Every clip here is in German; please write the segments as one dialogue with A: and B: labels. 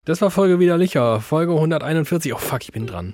A: Das war Folge Widerlicher, Folge 141. Oh fuck, ich bin dran.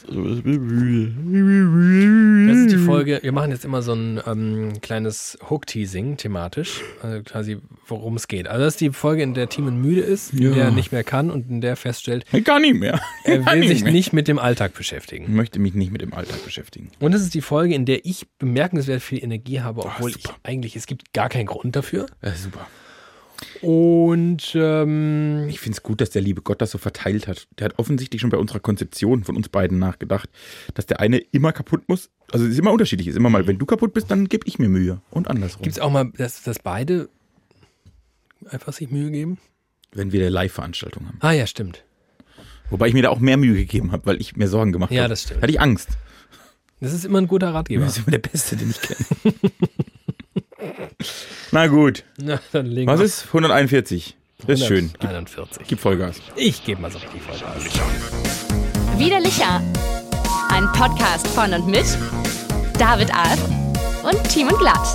A: Das ist die Folge, wir machen jetzt immer so ein kleines Hook-Teasing thematisch, also quasi worum es geht. Also das ist die Folge, in der Timon müde ist, in der er nicht mehr kann und in der er feststellt,
B: ich kann nicht mehr.
A: Er will sich nicht mit dem Alltag beschäftigen.
B: Ich möchte mich nicht mit dem Alltag beschäftigen.
A: Und es ist die Folge, in der ich bemerkenswert viel Energie habe, obwohl es gibt gar keinen Grund dafür.
B: Ja, super.
A: Und
B: ich finde es gut, dass der liebe Gott das so verteilt hat. Der hat offensichtlich schon bei unserer Konzeption von uns beiden nachgedacht, dass der eine immer kaputt muss. Also es ist immer unterschiedlich. Es ist immer mal, wenn du kaputt bist, dann gebe ich mir Mühe. Und andersrum.
A: Gibt es auch mal, dass beide einfach sich Mühe geben?
B: Wenn wir eine Live-Veranstaltung haben.
A: Ah ja, stimmt.
B: Wobei ich mir da auch mehr Mühe gegeben habe, weil ich mir Sorgen gemacht habe.
A: Ja, das stimmt.
B: Da hatte ich Angst.
A: Das ist immer ein guter Ratgeber.
B: Das ist immer der Beste, den ich kenne. Na gut.
A: Na, dann legen
B: Was
A: wir.
B: ist 141? Das ist schön.
A: 141.
B: Gib Vollgas.
A: Ich gebe mal so richtig Vollgas.
C: Widerlicher. Ein Podcast von und mit David Alf und Timon Glatt.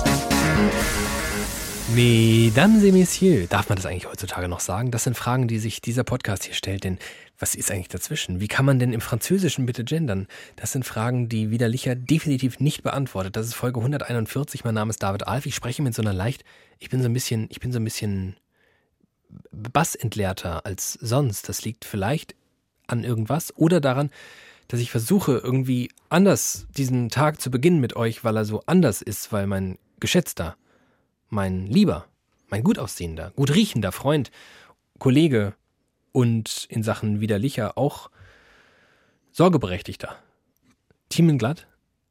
A: Mesdames et Messieurs, darf man das eigentlich heutzutage noch sagen? Das sind Fragen, die sich dieser Podcast hier stellt, denn was ist eigentlich dazwischen? Wie kann man denn im Französischen bitte gendern? Das sind Fragen, die Widerlicher definitiv nicht beantwortet. Das ist Folge 141, mein Name ist David Alf, ich spreche mit so einer ich bin so ein bisschen bassentleerter als sonst. Das liegt vielleicht an irgendwas oder daran, dass ich versuche, irgendwie anders diesen Tag zu beginnen mit euch, weil er so anders ist, weil mein Geschätzter, mein Lieber, mein gut aussehender, gut riechender Freund, Kollege und in Sachen Widerlicher auch Sorgeberechtigter Timon Glatt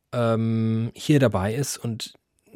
A: hier dabei ist und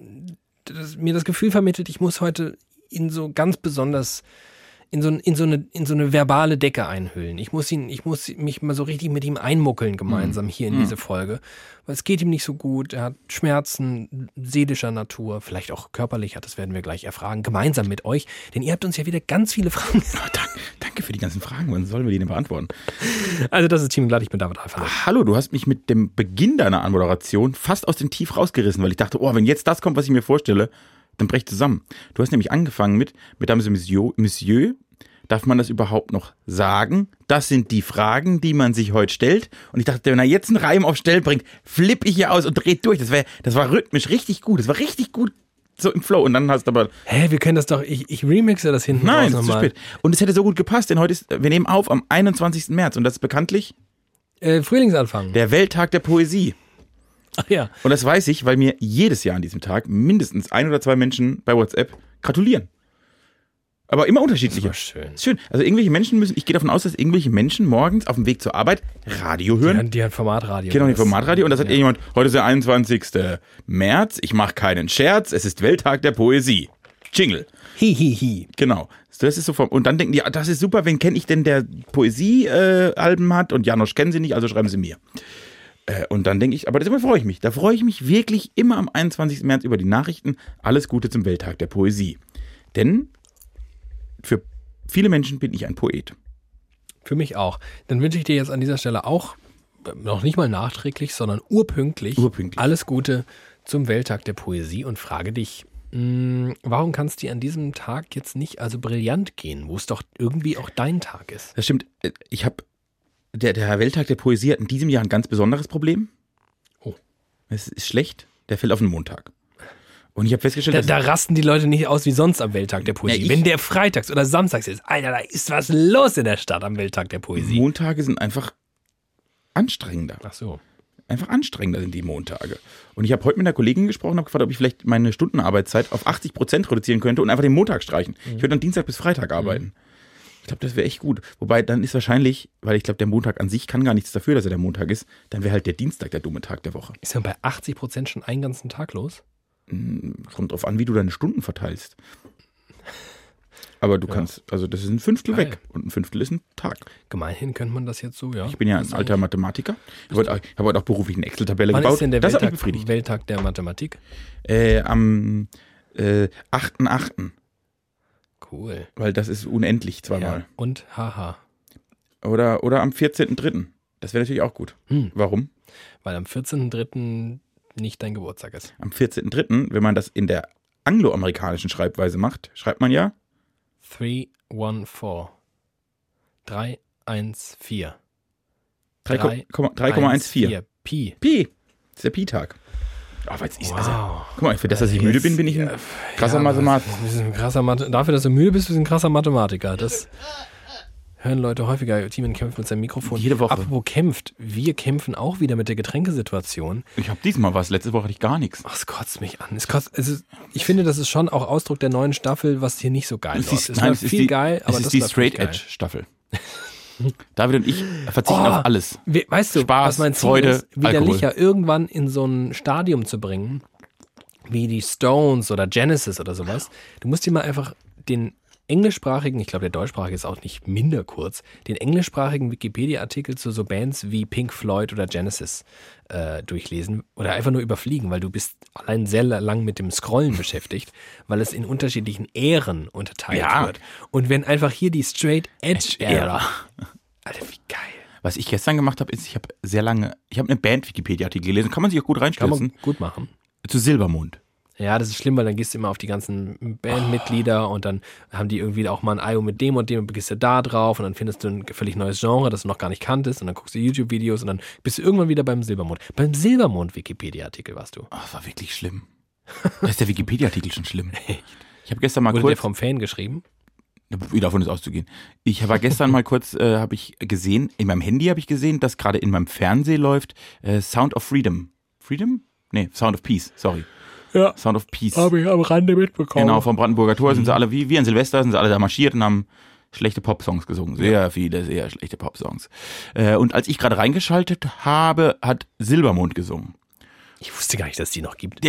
A: mir das Gefühl vermittelt, ich muss heute ihn so ganz besonders in so eine verbale Decke einhüllen. Ich muss mich mal so richtig mit ihm einmuckeln gemeinsam hier in diese Folge. Weil es geht ihm nicht so gut. Er hat Schmerzen seelischer Natur, vielleicht auch körperlicher, das werden wir gleich erfragen, gemeinsam mit euch. Denn ihr habt uns ja wieder ganz viele Fragen.
B: Oh, danke für die ganzen Fragen. Wann sollen wir die denn beantworten?
A: Also das ist Timon Glatt, ich bin David Alf.
B: Hallo, du hast mich mit dem Beginn deiner Anmoderation fast aus dem Tief rausgerissen, weil ich dachte, wenn jetzt das kommt, was ich mir vorstelle, dann brech zusammen. Du hast nämlich angefangen mit Mesdames et Messieurs, darf man das überhaupt noch sagen? Das sind die Fragen, die man sich heute stellt. Und ich dachte, wenn er jetzt einen Reim auf Stell bringt, flippe ich hier aus und dreht durch. Das war rhythmisch richtig gut. Das war richtig gut so im Flow. Und dann hast du aber...
A: Wir können das doch... Ich remixe das hinten raus
B: nochmal. Nein, es ist zu spät. Und es hätte so gut gepasst, denn wir nehmen auf am 21. März. Und das ist bekanntlich...
A: Frühlingsanfang.
B: Der Welttag der Poesie.
A: Ach ja.
B: Und das weiß ich, weil mir jedes Jahr an diesem Tag mindestens 1 oder 2 Menschen bei WhatsApp gratulieren. Aber immer unterschiedliche.
A: Das ist schön.
B: Schön. Also irgendwelche Menschen ich gehe davon aus, dass irgendwelche Menschen morgens auf dem Weg zur Arbeit Radio hören.
A: Die haben Formatradio.
B: Genau, die Formatradio. Und das hat irgendjemand, heute ist der 21. März, ich mache keinen Scherz, es ist Welttag der Poesie. Jingle.
A: Hi.
B: Genau. Das ist so und dann denken die, das ist super, wen kenne ich denn, der Poesie-Alben hat und Janosch kennen sie nicht, also schreiben sie mir. Und dann denke ich, aber deshalb freue ich mich. Da freue ich mich wirklich immer am 21. März über die Nachrichten. Alles Gute zum Welttag der Poesie. Denn für viele Menschen bin ich ein Poet.
A: Für mich auch. Dann wünsche ich dir jetzt an dieser Stelle auch, noch nicht mal nachträglich, sondern urpünktlich. Alles Gute zum Welttag der Poesie und frage dich, warum kann es dir an diesem Tag jetzt nicht also brillant gehen, wo es doch irgendwie auch dein Tag ist?
B: Das stimmt. Der Welttag der Poesie hat in diesem Jahr ein ganz besonderes Problem.
A: Oh.
B: Es ist schlecht, der fällt auf den Montag. Und ich habe festgestellt,
A: da rasten die Leute nicht aus wie sonst am Welttag der Poesie. Wenn der freitags oder samstags ist, Alter, da ist was los in der Stadt am Welttag der Poesie.
B: Montage sind einfach anstrengender.
A: Ach so.
B: Einfach anstrengender sind die Montage. Und ich habe heute mit einer Kollegin gesprochen und habe gefragt, ob ich vielleicht meine Stundenarbeitszeit auf 80% reduzieren könnte und einfach den Montag streichen. Ich würde dann Dienstag bis Freitag arbeiten. Ich glaube, das wäre echt gut. Wobei, dann ist wahrscheinlich, weil ich glaube, der Montag an sich kann gar nichts dafür, dass er der Montag ist, dann wäre halt der Dienstag der dumme Tag der Woche.
A: Ist dann bei 80% schon einen ganzen Tag los?
B: Kommt drauf an, wie du deine Stunden verteilst. Aber du kannst, also das ist ein Fünftel weg und ein Fünftel ist ein Tag.
A: Gemeinhin könnte man das jetzt so, ja.
B: Ich bin ja ein alter Mathematiker. Ich habe heute auch beruflich eine Excel-Tabelle gebaut.
A: Wann ist denn der
B: das hat mich befriedigt.
A: Welttag der Mathematik?
B: Am 8.8.
A: Cool.
B: Weil das ist unendlich zweimal.
A: Ja, und haha.
B: Oder am 14.3. Das wäre natürlich auch gut. Warum?
A: Weil am 14.3. nicht dein Geburtstag ist.
B: Am 14.3., wenn man das in der angloamerikanischen Schreibweise macht, schreibt man ja
A: 314. 3,14.
B: 3,14.
A: Pi.
B: Pi. Das ist der Pi-Tag. Also, guck mal, für das, dass ich müde bin, bin ich ein krasser Mathematiker.
A: Dafür, dass du müde bist, bist du ein krasser Mathematiker. Das hören Leute häufiger. Timon kämpft mit seinem Mikrofon.
B: Jede Woche.
A: Apropos kämpft, wir kämpfen auch wieder mit der Getränkesituation.
B: Ich habe diesmal was. Letzte Woche hatte ich gar nichts.
A: Ach, es kotzt mich an. Ich finde, das ist schon auch Ausdruck der neuen Staffel, was hier nicht so geil ist. Es ist viel geil, aber
B: das ist die Straight-Edge-Staffel. David und ich verzichten auf alles.
A: Weißt du,
B: Spaß,
A: was mein Ziel
B: Freude,
A: ist, widerlicher
B: Alkohol.
A: irgendwann in so ein Stadium zu bringen, wie die Stones oder Genesis oder sowas. Du musst dir mal einfach den englischsprachigen, ich glaube der deutschsprachige ist auch nicht minder kurz, den englischsprachigen Wikipedia-Artikel zu so Bands wie Pink Floyd oder Genesis durchlesen oder einfach nur überfliegen, weil du bist allein sehr lang mit dem Scrollen beschäftigt, weil es in unterschiedlichen Ähren unterteilt wird. Und wenn einfach hier die Straight Edge-Ära, Alter, wie geil.
B: Was ich gestern gemacht habe, ist, ich habe einen Band-Wikipedia-Artikel gelesen, kann man sich auch gut reinstürzen.
A: Kann man gut machen.
B: Zu Silbermond.
A: Ja, das ist schlimm, weil dann gehst du immer auf die ganzen Bandmitglieder und dann haben die irgendwie auch mal ein Album mit dem und gehst du da drauf und dann findest du ein völlig neues Genre, das du noch gar nicht kanntest und dann guckst du YouTube-Videos und dann bist du irgendwann wieder beim Silbermond. Beim Silbermond-Wikipedia-Artikel warst du.
B: Das war wirklich schlimm. Da ist der Wikipedia-Artikel schon schlimm. Echt? Ich habe gestern mal
A: Wurde
B: kurz...
A: der vom Fan geschrieben?
B: Wie davon ist auszugehen. Ich war gestern mal kurz, habe ich gesehen, in meinem Handy habe ich gesehen, dass gerade in meinem Fernsehen läuft Sound of Freedom. Freedom? Nee, Sound of Peace, sorry.
A: Ja.
B: Sound of Peace.
A: Habe ich am Rande mitbekommen.
B: Genau, vom Brandenburger Tor sind sie alle, wie an Silvester, sind sie alle da marschiert und haben schlechte Popsongs gesungen. Sehr viele, sehr schlechte Popsongs. Und als ich gerade reingeschaltet habe, hat Silbermond gesungen.
A: Ich wusste gar nicht, dass es die noch gibt.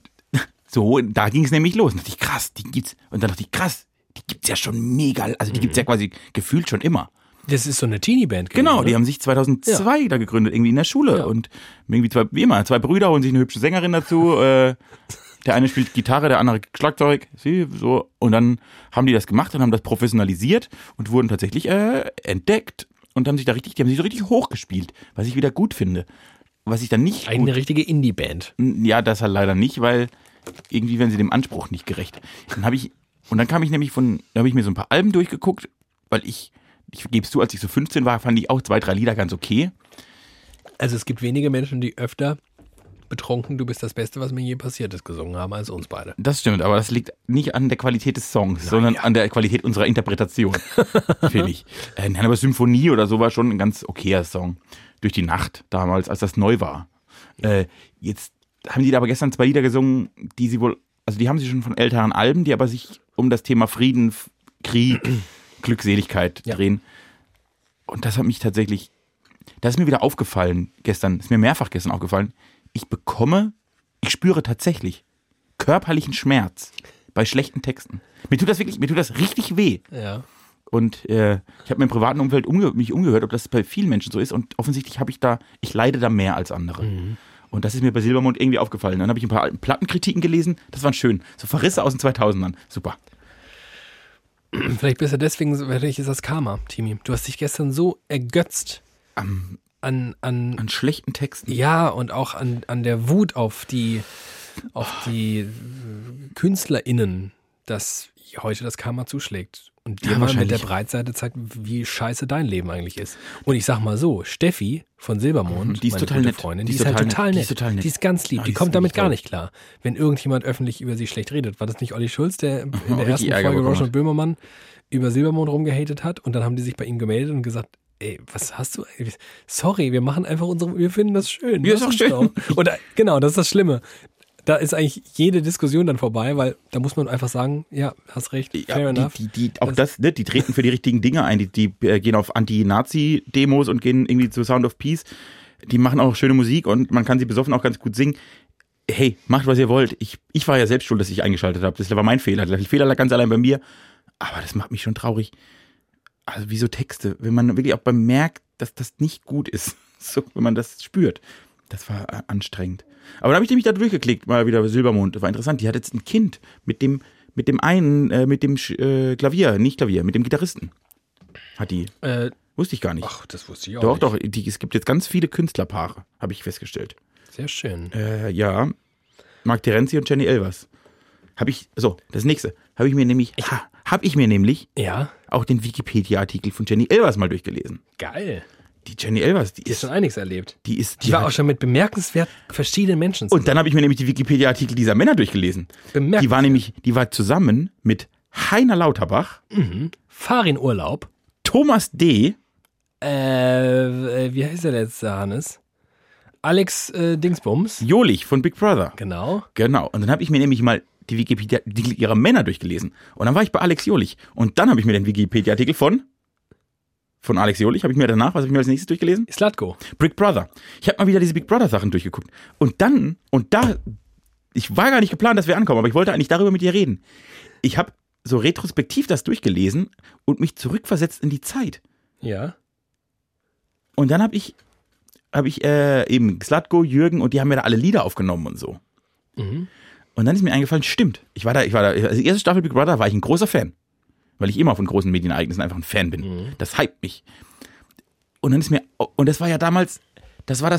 B: So, da ging es nämlich los. Und dachte ich, krass, die gibt's. Und dann dachte ich, krass, die gibt's ja schon mega, also die gibt's ja quasi gefühlt schon immer.
A: Das ist so eine Teenie-Band gewesen,
B: Genau,
A: oder?
B: die haben sich 2002 da gegründet, irgendwie in der Schule.
A: Ja.
B: Und irgendwie zwei Brüder holen sich eine hübsche Sängerin dazu. Der eine spielt Gitarre, der andere Schlagzeug. So. Und dann haben die das gemacht und haben das professionalisiert und wurden tatsächlich entdeckt und haben sich die haben sich so richtig hochgespielt, was ich wieder gut finde. Was ich dann nicht
A: Eine richtige Indie-Band.
B: Ja, das halt leider nicht, weil irgendwie werden sie dem Anspruch nicht gerecht. Da habe ich mir so ein paar Alben durchgeguckt, weil ich gebe es zu, als ich so 15 war, fand ich auch 2, 3 Lieder ganz okay.
A: Also es gibt wenige Menschen, die öfter betrunken, du bist das Beste, was mir je passiert ist, gesungen haben, als uns beide.
B: Das stimmt, aber das liegt nicht an der Qualität des Songs, sondern an der Qualität unserer Interpretation, finde ich. Aber Symphonie oder so war schon ein ganz okayer Song. Durch die Nacht damals, als das neu war. Jetzt haben die da aber gestern 2 Lieder gesungen, die haben sie schon von älteren Alben, die aber sich um das Thema Frieden, Krieg, Glückseligkeit drehen. Und das hat mich tatsächlich, das ist mir wieder aufgefallen gestern, ist mir mehrfach gestern aufgefallen, ich spüre tatsächlich körperlichen Schmerz bei schlechten Texten. Mir tut das richtig weh.
A: Ja.
B: Und ich habe mir im privaten Umfeld mich umgehört, ob das bei vielen Menschen so ist und offensichtlich ich leide da mehr als andere. Mhm. Und das ist mir bei Silbermond irgendwie aufgefallen. Dann habe ich ein paar alten Plattenkritiken gelesen, das waren schön. So Verrisse aus den 2000ern, super.
A: Vielleicht bist du deswegen, vielleicht ist das Karma, Timi. Du hast dich gestern so ergötzt an
B: schlechten Texten.
A: Ja, und auch an der Wut auf die KünstlerInnen, dass heute das Karma zuschlägt. Und dir mal mit der Breitseite zeigt, wie scheiße dein Leben eigentlich ist. Und ich sag mal so, Steffi von Silbermond,
B: die ist
A: meine
B: total
A: gute
B: nett.
A: Freundin, die ist halt total nett. Die ist ganz lieb. Die kommt damit gar nicht klar. Wenn irgendjemand öffentlich über sie schlecht redet. War das nicht Olli Schulz, der in der ersten Folge Roche und Böhmermann über Silbermond rumgehatet hat? Und dann haben die sich bei ihm gemeldet und gesagt, ey, was hast du eigentlich? Sorry, wir machen einfach wir finden das schön.
B: Ja, ist auch schön.
A: Und genau, das ist das Schlimme. Da ist eigentlich jede Diskussion dann vorbei, weil da muss man einfach sagen, ja, hast recht, fair enough.
B: Die treten für die richtigen Dinge ein, die gehen auf Anti-Nazi-Demos und gehen irgendwie zu Sound of Peace. Die machen auch schöne Musik und man kann sie besoffen auch ganz gut singen. Hey, macht, was ihr wollt. Ich war ja selbst schuld, dass ich eingeschaltet habe. Das war mein Fehler. Der Fehler lag ganz allein bei mir. Aber das macht mich schon traurig. Also wie so Texte, wenn man wirklich auch bemerkt, dass das nicht gut ist. So, wenn man das spürt. Das war anstrengend. Aber da habe ich mich da durchgeklickt, mal wieder bei Silbermond. Das war interessant. Die hat jetzt ein Kind mit dem Klavier, nicht Klavier, mit dem Gitarristen. Hat die. Wusste ich gar nicht.
A: Ach, das wusste ich auch nicht.
B: Doch, es gibt jetzt ganz viele Künstlerpaare, habe ich festgestellt.
A: Sehr schön.
B: Ja. Mark Terenzi und Jenny Elvers. Das nächste. Habe ich mir nämlich habe ich mir nämlich
A: Ja,
B: auch den Wikipedia-Artikel von Jenny Elvers mal durchgelesen.
A: geil.
B: Die Jenny Elvers, die
A: Die ist
B: ist,
A: schon einiges erlebt.
B: die
A: Die war
B: hat-
A: auch schon mit bemerkenswert verschiedenen Menschen
B: Und dann habe ich mir nämlich die Wikipedia-Artikel dieser Männer durchgelesen. Die war zusammen mit Heiner Lauterbach,
A: Fahr in Urlaub.
B: Thomas D.,
A: Wie heißt der letzte, Hannes? Alex Dingsbums.
B: Jolich von Big Brother.
A: Genau.
B: Genau. Und dann habe ich mir nämlich mal die Wikipedia-Artikel ihrer Männer durchgelesen. Und dann war ich bei Alex Jolich. Und dann habe ich mir den Wikipedia-Artikel von Alex Jolich, was habe ich mir als nächstes durchgelesen?
A: Slatko.
B: Big Brother. Ich habe mal wieder diese Big Brother Sachen durchgeguckt. Und da, ich war gar nicht geplant, dass wir ankommen, aber ich wollte eigentlich darüber mit dir reden. Ich habe so retrospektiv das durchgelesen und mich zurückversetzt in die Zeit.
A: Ja.
B: Und dann habe ich eben Slatko, Jürgen und die haben mir da alle Lieder aufgenommen und so.
A: Mhm.
B: Und dann ist mir eingefallen, stimmt. Ich war da, also die erste Staffel Big Brother war ich ein großer Fan. Weil ich immer von großen Medienereignissen einfach ein Fan bin.
A: Mhm.
B: Das hypt mich. Und dann ist mir, und das war ja damals, das war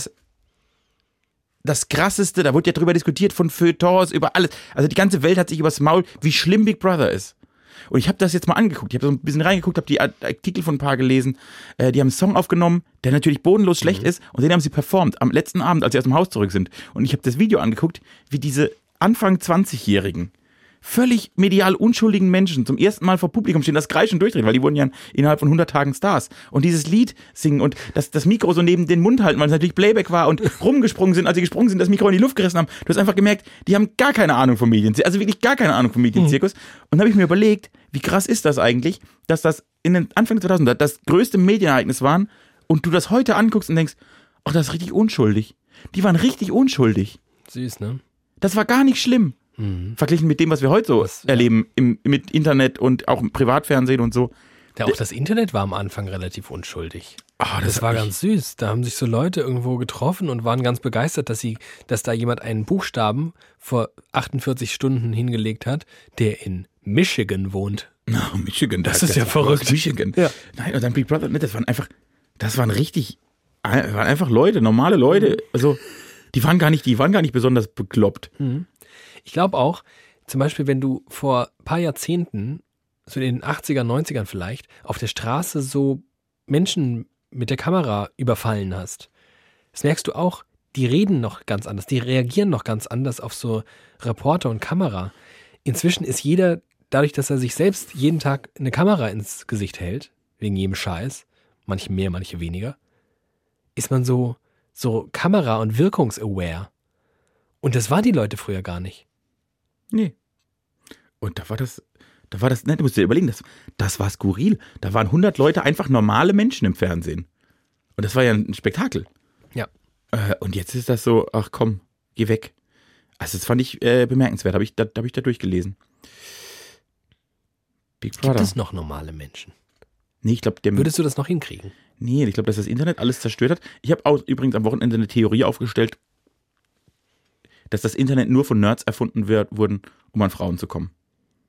B: das Krasseste, da wurde ja drüber diskutiert von Feuilletons, über alles. Also die ganze Welt hat sich übers Maul, wie schlimm Big Brother ist. Und ich habe das jetzt mal angeguckt. Ich habe so ein bisschen reingeguckt, habe die Artikel von ein paar gelesen. Die haben einen Song aufgenommen, der natürlich bodenlos schlecht ist. Und den haben sie performt am letzten Abend, als sie aus dem Haus zurück sind. Und ich habe das Video angeguckt, wie diese Anfang 20-Jährigen, völlig medial unschuldigen Menschen zum ersten Mal vor Publikum stehen, das Kreischen durchdrehen, weil die wurden ja innerhalb von 100 Tagen Stars. Und dieses Lied singen und das Mikro so neben den Mund halten, weil es natürlich Playback war und rumgesprungen sind, als sie gesprungen sind, das Mikro in die Luft gerissen haben. Du hast einfach gemerkt, die haben gar keine Ahnung vom Medienzirkus, also wirklich gar keine Ahnung vom Medienzirkus. Und dann habe ich mir überlegt, wie krass ist das eigentlich, dass das in den Anfang der 2000er das größte Medienereignis waren und du das heute anguckst und denkst, ach, das ist richtig unschuldig. Die waren richtig unschuldig.
A: Süß, ne?
B: Das war gar nicht schlimm. Verglichen mit dem, was wir heute so erleben mit Internet und auch im Privatfernsehen und so.
A: Ja, auch das Internet war am Anfang relativ unschuldig.
B: Ah,
A: Das war ganz süß. Da haben sich so Leute irgendwo getroffen und waren ganz begeistert, dass da jemand einen Buchstaben vor 48 Stunden hingelegt hat, der in Michigan wohnt.
B: No, Michigan.
A: Das ist ja verrückt.
B: Michigan.
A: Ja.
B: Nein, und dann Big Brother, das waren einfach Leute, normale Leute. Also, die waren gar nicht besonders bekloppt.
A: Ich glaube auch, zum Beispiel, wenn du vor ein paar Jahrzehnten, so in den 80er, 90ern vielleicht, auf der Straße so Menschen mit der Kamera überfallen hast, das merkst du auch, die reden noch ganz anders, die reagieren noch ganz anders auf so Reporter und Kamera. Inzwischen ist jeder, dadurch, dass er sich selbst jeden Tag eine Kamera ins Gesicht hält, wegen jedem Scheiß, manche mehr, manche weniger, ist man so Kamera- und Wirkungsaware. Und das waren die Leute früher gar nicht.
B: Nee. Und da war das, ne, du musst dir überlegen, das war skurril. Da waren 100 Leute einfach normale Menschen im Fernsehen. Und das war ja ein Spektakel.
A: Ja.
B: Und jetzt ist das so, ach komm, geh weg. Also das fand ich bemerkenswert, da hab ich da durchgelesen. Big Brother.
A: Gibt es noch normale Menschen?
B: Nee, ich glaube,
A: Würdest du das noch hinkriegen?
B: ich glaube, dass das Internet alles zerstört hat. Ich habe auch übrigens am Wochenende eine Theorie aufgestellt, dass das Internet nur von Nerds erfunden wurden, um an Frauen zu kommen.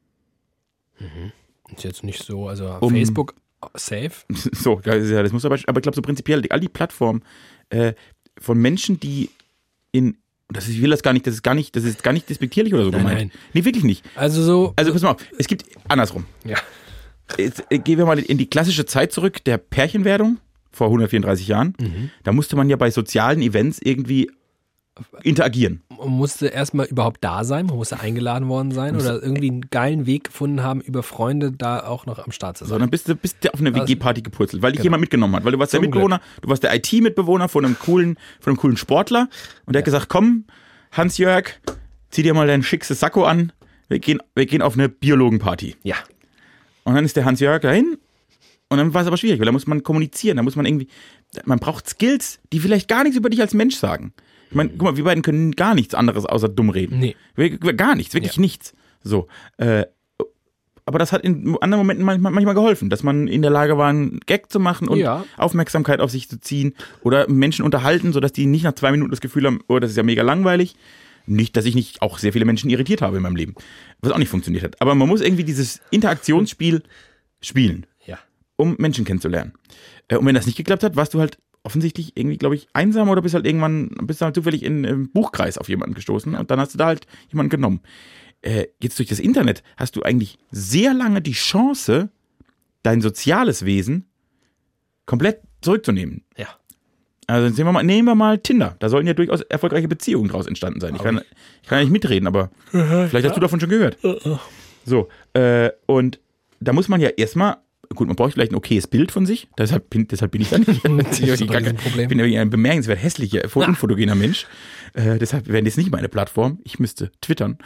A: Ist jetzt nicht so, also
B: Um-
A: Facebook safe.
B: So, das muss aber ich glaube so prinzipiell, all die Plattformen von Menschen, die das ist gar nicht despektierlich oder so
A: Nein,
B: gemeint.
A: nein.
B: Nee, wirklich nicht.
A: Also
B: Also pass mal auf, es gibt andersrum.
A: ja.
B: Jetzt gehen wir mal in die klassische Zeit zurück, der Pärchenwerdung vor 134 Jahren. Da musste man ja bei sozialen Events irgendwie interagieren.
A: Man musste erstmal überhaupt da sein, man musste eingeladen worden sein oder irgendwie einen geilen Weg gefunden haben, über Freunde da auch noch am Start zu sein.
B: Sondern bist du auf eine WG-Party gepurzelt, weil dich jemand mitgenommen hat. Weil du warst der
A: Zum
B: Mitbewohner, du warst der IT-Mitbewohner von einem coolen Sportler und der hat gesagt, komm, Hans-Jörg, zieh dir mal dein schickstes Sakko an, wir gehen auf eine Biologenparty.
A: Ja.
B: Und dann ist der Hans-Jörg dahin und dann war es aber schwierig, weil da muss man kommunizieren, man braucht Skills, die vielleicht gar nichts über dich als Mensch sagen. Ich meine, guck mal, wir beiden können gar nichts anderes außer dumm reden.
A: Nee.
B: Gar nichts, wirklich nichts. So. Aber das hat in anderen Momenten manchmal geholfen, dass man in der Lage war, einen Gag zu machen und
A: Ja.
B: Aufmerksamkeit auf sich zu ziehen oder Menschen unterhalten, sodass die nicht nach 2 Minuten das Gefühl haben, oh, das ist ja mega langweilig. Nicht, dass ich nicht auch sehr viele Menschen irritiert habe in meinem Leben, was auch nicht funktioniert hat. Aber man muss irgendwie dieses Interaktionsspiel spielen,
A: Ja.
B: um Menschen kennenzulernen. Und wenn das nicht geklappt hat, warst du halt offensichtlich irgendwie, glaube ich, einsam oder bist halt zufällig in einem Buchkreis auf jemanden gestoßen und dann hast du da halt jemanden genommen. jetzt durch das Internet hast du eigentlich sehr lange die Chance, dein soziales Wesen komplett zurückzunehmen.
A: Ja.
B: Also nehmen wir mal Tinder. Da sollen ja durchaus erfolgreiche Beziehungen draus entstanden sein. Ich kann ja nicht mitreden, aber vielleicht hast du davon schon gehört. So, und da muss man ja erstmal, gut, man braucht vielleicht ein okayes Bild von sich, deshalb bin ich da nicht. Ich bin ja ein bemerkenswert hässlicher, unfotogener Mensch. Deshalb wäre das nicht meine Plattform. Ich müsste twittern.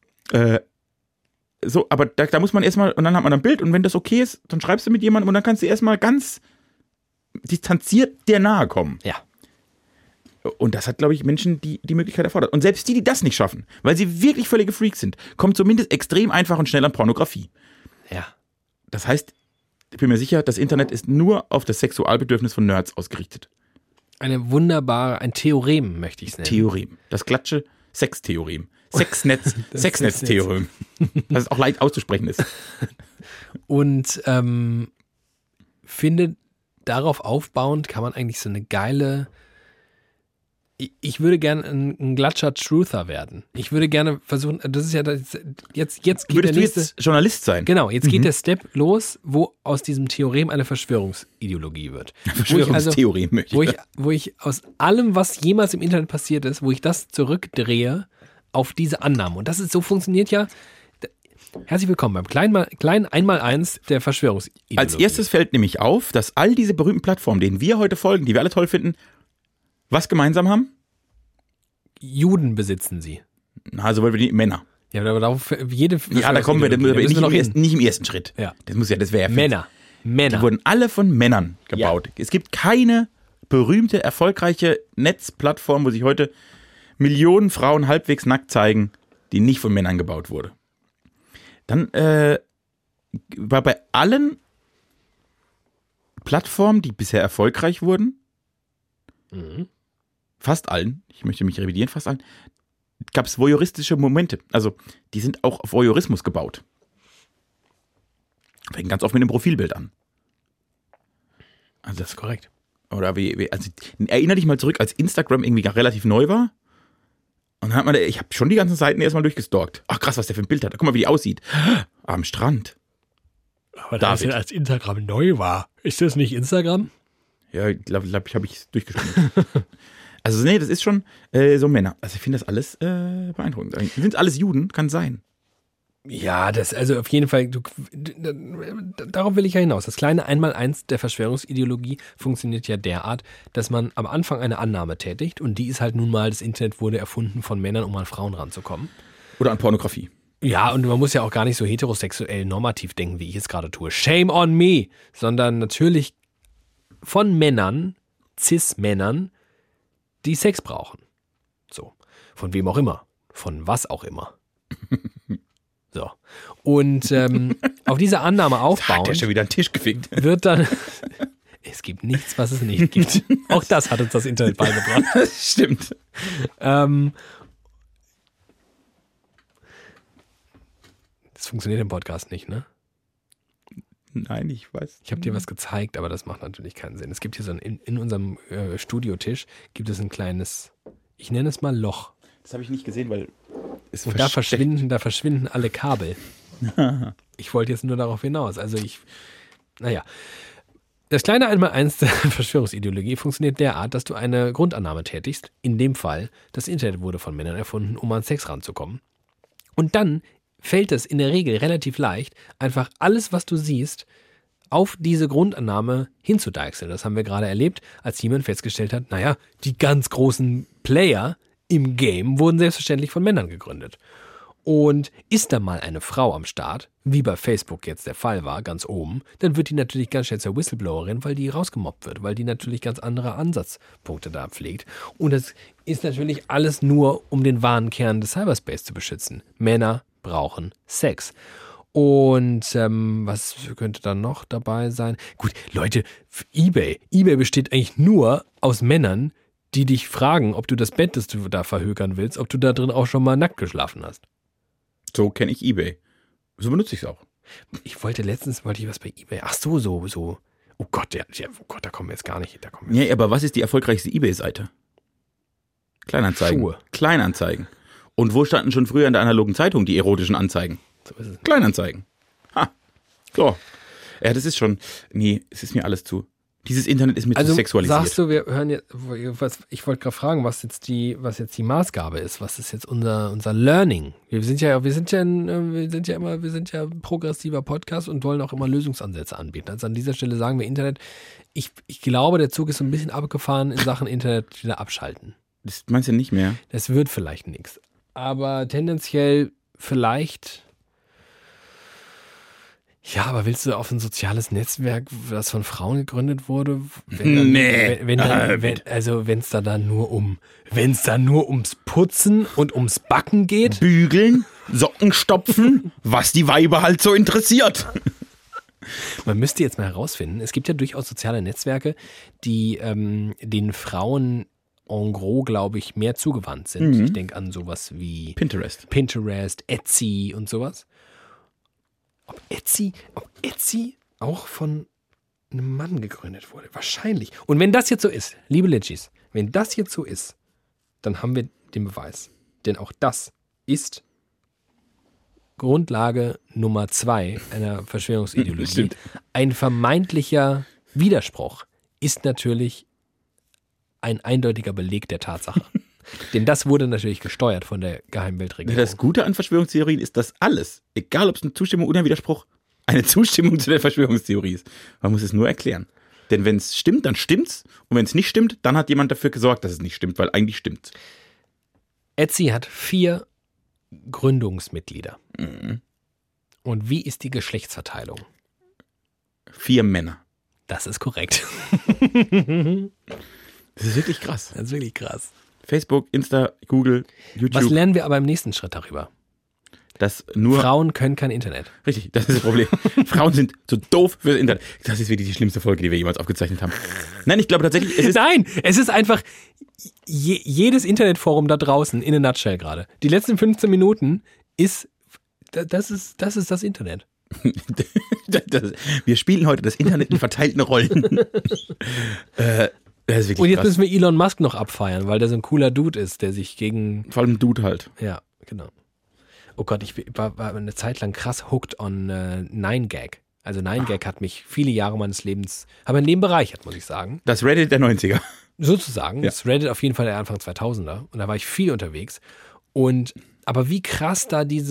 B: So, aber da muss man erstmal, und dann hat man ein Bild, und wenn das okay ist, dann schreibst du mit jemandem und dann kannst du erstmal ganz distanziert dir nahe kommen.
A: Ja.
B: Und das hat, glaube ich, Menschen die Möglichkeit erfordert. Und selbst die das nicht schaffen, weil sie wirklich völlige Freaks sind, kommen zumindest extrem einfach und schnell an Pornografie.
A: Ja.
B: Das heißt, ich bin mir sicher, das Internet ist nur auf das Sexualbedürfnis von Nerds ausgerichtet.
A: Ein Theorem möchte ich es nennen.
B: Theorem. Das glatsche Sextheorem. Sexnetztheorem. Das auch leicht auszusprechen ist.
A: Und finde, darauf aufbauend kann man eigentlich so eine geile. Ich würde gerne ein glatscher Truther werden. Ich würde gerne versuchen, das ist ja jetzt geht
B: Würdest
A: der
B: du
A: nächste,
B: jetzt Journalist sein?
A: Genau, jetzt geht der Step los, wo aus diesem Theorem eine Verschwörungsideologie wird.
B: Verschwörungstheorem möchte ich.
A: Wo ich aus allem, was jemals im Internet passiert ist, wo ich das zurückdrehe auf diese Annahmen. Und so funktioniert ja. Herzlich willkommen beim kleinen Einmaleins der Verschwörungsideologie.
B: Als erstes fällt nämlich auf, dass all diese berühmten Plattformen, denen wir heute folgen, die wir alle toll finden, was gemeinsam haben?
A: Juden besitzen sie.
B: Also weil wir die Männer.
A: Ja, aber darauf jede.
B: Ja, da kommen wir nicht im ersten Schritt.
A: Ja.
B: Das wäre ja
A: Männer.
B: Die wurden alle von Männern gebaut. Ja. Es gibt keine berühmte, erfolgreiche Netzplattform, wo sich heute Millionen Frauen halbwegs nackt zeigen, die nicht von Männern gebaut wurde. Dann war bei allen Plattformen, die bisher erfolgreich wurden, fast allen, ich möchte mich revidieren, fast allen, gab es voyeuristische Momente. Also, die sind auch auf Voyeurismus gebaut. Fängt ganz oft mit dem Profilbild an.
A: Also das ist korrekt.
B: Oder erinnere dich mal zurück, als Instagram irgendwie relativ neu war. Und dann hat man, ich habe schon die ganzen Seiten erstmal durchgestalkt. Ach krass, was der für ein Bild hat. Guck mal, wie die aussieht. Am Strand.
A: Aber das ist ja, als Instagram neu war. Ist das nicht Instagram?
B: Ja, ich glaube, habe ich durchgeschrieben. Also nee, das ist schon so Männer. Also ich finde das alles beeindruckend. Sind alles Juden? Kann sein.
A: Ja, also auf jeden Fall, darauf will ich ja hinaus. Das kleine Einmaleins der Verschwörungsideologie funktioniert ja derart, dass man am Anfang eine Annahme tätigt und die ist halt nun mal, das Internet wurde erfunden von Männern, um an Frauen ranzukommen.
B: Oder an Pornografie.
A: Ja, und man muss ja auch gar nicht so heterosexuell normativ denken, wie ich es gerade tue. Shame on me! Sondern natürlich von Männern, Cis-Männern, die Sex brauchen. So. Von wem auch immer. Von was auch immer. So. Und auf diese Annahme aufbauend.
B: Hat der schon wieder einen Tisch gefickt.
A: Wird dann. Es gibt nichts, was es nicht gibt. Auch das hat uns das Internet beigebracht.
B: Stimmt.
A: Das funktioniert im Podcast nicht, ne?
B: Nein, ich weiß.
A: Ich habe dir was gezeigt, aber das macht natürlich keinen Sinn. Es gibt hier so in unserem Studiotisch gibt es ein kleines, ich nenne es mal Loch.
B: Das habe ich nicht gesehen, weil es
A: da verschwinden alle Kabel. Ich wollte jetzt nur darauf hinaus. Also naja. Das kleine Einmaleins der Verschwörungsideologie funktioniert derart, dass du eine Grundannahme tätigst. In dem Fall, das Internet wurde von Männern erfunden, um an Sex ranzukommen. Und dann fällt es in der Regel relativ leicht, einfach alles, was du siehst, auf diese Grundannahme hinzudeichseln. Das haben wir gerade erlebt, als jemand festgestellt hat, naja, die ganz großen Player im Game wurden selbstverständlich von Männern gegründet. Und ist da mal eine Frau am Start, wie bei Facebook jetzt der Fall war, ganz oben, dann wird die natürlich ganz schnell zur Whistleblowerin, weil die rausgemobbt wird, weil die natürlich ganz andere Ansatzpunkte da pflegt. Und das ist natürlich alles nur, um den wahren Kern des Cyberspace zu beschützen. Männer brauchen Sex. Und was könnte da noch dabei sein? Gut, Leute, eBay besteht eigentlich nur aus Männern, die dich fragen, ob du das Bett, das du da verhökern willst, ob du da drin auch schon mal nackt geschlafen hast.
B: So kenne ich eBay. So benutze ich es auch.
A: Letztens wollte ich was bei eBay. Ach so. Oh Gott, da kommen wir jetzt gar nicht.
B: Nee, aber was ist die erfolgreichste eBay-Seite? Kleinanzeigen.
A: Schuhe.
B: Kleinanzeigen. Und wo standen schon früher in der analogen Zeitung die erotischen Anzeigen?
A: So ist es.
B: Kleinanzeigen. Ha. So. Ja, das ist schon, nee, es ist mir alles zu. Dieses Internet ist mir zu sexualisiert.
A: Sagst du, wir hören jetzt, ich wollte gerade fragen, was jetzt die Maßgabe ist, was ist jetzt unser Learning? Wir sind ja progressiver Podcast und wollen auch immer Lösungsansätze anbieten. Also an dieser Stelle sagen wir Internet, ich glaube, der Zug ist so ein bisschen abgefahren in Sachen Internet wieder abschalten.
B: Das meinst du nicht mehr?
A: Das wird vielleicht nichts. Aber tendenziell vielleicht. Ja, aber willst du auf ein soziales Netzwerk, das von Frauen gegründet wurde? Wenn es da nur ums Putzen und ums Backen geht?
B: Bügeln, Socken stopfen, was die Weiber halt so interessiert.
A: Man müsste jetzt mal herausfinden, es gibt ja durchaus soziale Netzwerke, die den Frauen en gros, glaube ich, mehr zugewandt sind. Ich denke an sowas wie
B: Pinterest,
A: Etsy und sowas. Ob Etsy auch von einem Mann gegründet wurde? Wahrscheinlich. Und wenn das jetzt so ist, liebe Legis, wenn das jetzt so ist, dann haben wir den Beweis. Denn auch das ist Grundlage Nummer 2 einer Verschwörungsideologie. Ein vermeintlicher Widerspruch ist natürlich ein eindeutiger Beleg der Tatsache. Denn das wurde natürlich gesteuert von der Geheimweltregierung.
B: Das Gute an Verschwörungstheorien ist, dass alles, egal ob es eine Zustimmung oder ein Widerspruch, eine Zustimmung zu der Verschwörungstheorie ist. Man muss es nur erklären. Denn wenn es stimmt, dann stimmt's. Und wenn es nicht stimmt, dann hat jemand dafür gesorgt, dass es nicht stimmt, weil eigentlich stimmt's.
A: Etsy hat 4 Gründungsmitglieder.
B: Mhm.
A: Und wie ist die Geschlechtsverteilung?
B: 4 Männer.
A: Das ist korrekt.
B: Das ist wirklich krass.
A: Das ist wirklich krass.
B: Facebook, Insta, Google, YouTube.
A: Was lernen wir aber im nächsten Schritt darüber?
B: Dass nur
A: Frauen können kein Internet.
B: Richtig, das ist das Problem. Frauen sind zu doof für das Internet. Das ist wirklich die schlimmste Folge, die wir jemals aufgezeichnet haben. Nein, ich glaube tatsächlich,
A: es ist einfach jedes Internetforum da draußen in a nutshell gerade. Die letzten 15 Minuten das ist das Internet.
B: Wir spielen heute das Internet in verteilten Rollen. Das ist wirklich
A: und jetzt
B: krass.
A: müssen wir Elon Musk noch abfeiern, weil der so ein cooler Dude ist, der sich gegen...
B: Vor allem Dude halt.
A: Ja, genau. Oh Gott, ich war eine Zeit lang krass hooked on 9gag. Also 9gag hat mich viele Jahre meines Lebens, aber in dem bereichert, muss ich sagen.
B: Das Reddit der 90er.
A: Sozusagen.
B: Ja.
A: Das Reddit auf jeden Fall der Anfang 2000er. Und da war ich viel unterwegs. Aber wie krass da das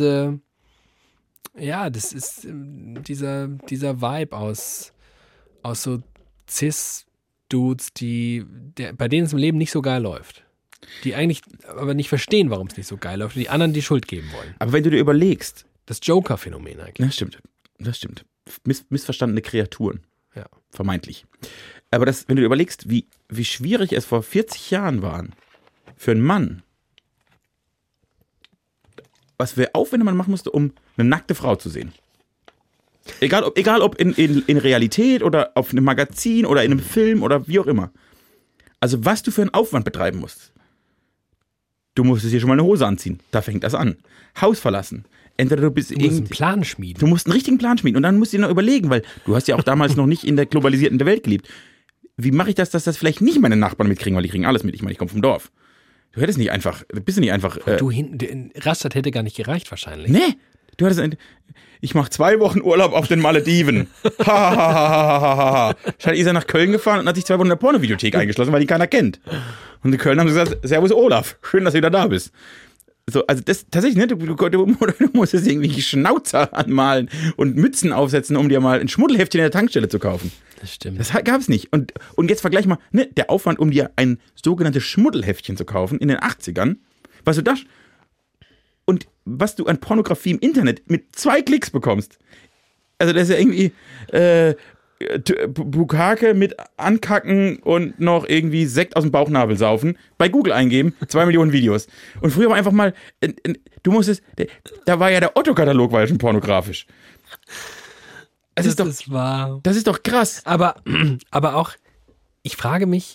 A: ist dieser Vibe aus so Cis-Dudes, bei denen es im Leben nicht so geil läuft. Die eigentlich aber nicht verstehen, warum es nicht so geil läuft. Die anderen die Schuld geben wollen.
B: Aber wenn du dir überlegst.
A: Das Joker-Phänomen eigentlich.
B: Das stimmt. Missverstandene Kreaturen.
A: Ja.
B: Vermeintlich. Aber wenn du dir überlegst, wie schwierig es vor 40 Jahren war, für einen Mann, was für Aufwände man machen musste, um eine nackte Frau zu sehen. Egal ob in Realität oder auf einem Magazin oder in einem Film oder wie auch immer. Also was du für einen Aufwand betreiben musst. Du musstest dir schon mal eine Hose anziehen. Da fängt das an. Haus verlassen. Entweder du musst
A: einen Plan schmieden.
B: Du musst einen richtigen Plan schmieden. Und dann musst du dir noch überlegen, weil du hast ja auch damals noch nicht in der globalisierten Welt gelebt. Wie mache ich das, dass das vielleicht nicht meine Nachbarn mitkriegen, weil die kriegen alles mit. Ich meine, ich komme vom Dorf. Du hättest nicht einfach, bist du nicht einfach...
A: Rastatt hätte gar nicht gereicht wahrscheinlich.
B: Nee, ich mache 2 Wochen Urlaub auf den Malediven. Ist er nach Köln gefahren und hat sich 2 Wochen in der Pornovideothek eingeschlossen, weil die keiner kennt. Und die Kölner haben gesagt, Servus Olaf, schön, dass du wieder da bist. So, also das tatsächlich, ne, du musst jetzt irgendwie Schnauzer anmalen und Mützen aufsetzen, um dir mal ein Schmuddelheftchen in der Tankstelle zu kaufen.
A: Das stimmt.
B: Das gab es nicht. Und jetzt vergleich mal, ne, der Aufwand, um dir ein sogenanntes Schmuddelheftchen zu kaufen in den 80ern, was du das und was du an Pornografie im Internet mit 2 Klicks bekommst. Also das ist ja irgendwie Bukake mit Ankacken und noch irgendwie Sekt aus dem Bauchnabel saufen, bei Google eingeben, 2 Millionen Videos. Und früher war einfach mal, da war ja der Otto-Katalog war ja schon pornografisch. Das ist doch krass.
A: Aber auch, ich frage mich,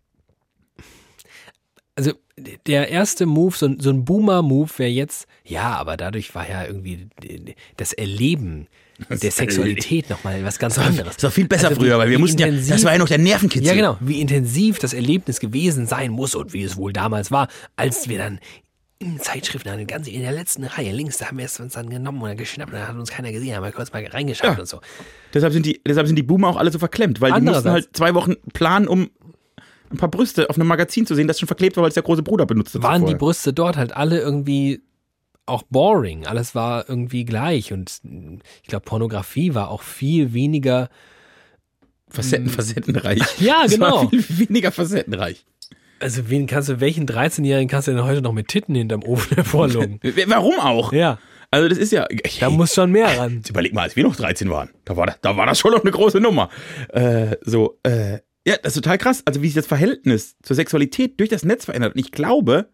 A: also der erste Move, so ein Boomer-Move wäre jetzt, ja, aber dadurch war ja irgendwie das Erleben der Sexualität nochmal was ganz anderes.
B: Das war viel besser früher, weil wir mussten das war ja noch der Nervenkitzel.
A: Ja, genau, wie intensiv das Erlebnis gewesen sein muss und wie es wohl damals war, als wir dann Zeitschriften, ganz in der letzten Reihe links, da haben wir es uns dann genommen oder geschnappt, da hat uns keiner gesehen, haben wir kurz mal reingeschaut und so.
B: Deshalb sind die Boomer auch alle so verklemmt, weil die mussten halt 2 Wochen planen, um ein paar Brüste auf einem Magazin zu sehen, das schon verklebt war, weil es der große Bruder benutzt hat.
A: Waren die Brüste dort halt alle irgendwie auch boring, alles war irgendwie gleich und ich glaube, Pornografie war auch viel weniger
B: facettenreich.
A: Ja, genau.
B: Es war viel weniger facettenreich.
A: Also welchen 13-Jährigen kannst du denn heute noch mit Titten hinterm Ofen hervorlogen?
B: Warum auch?
A: Ja.
B: Also das ist ja...
A: Da muss schon mehr ran.
B: Jetzt überleg mal, als wir noch 13 waren, da war das schon noch eine große Nummer. Ja, das ist total krass. Also wie sich das Verhältnis zur Sexualität durch das Netz verändert. Und ich glaube,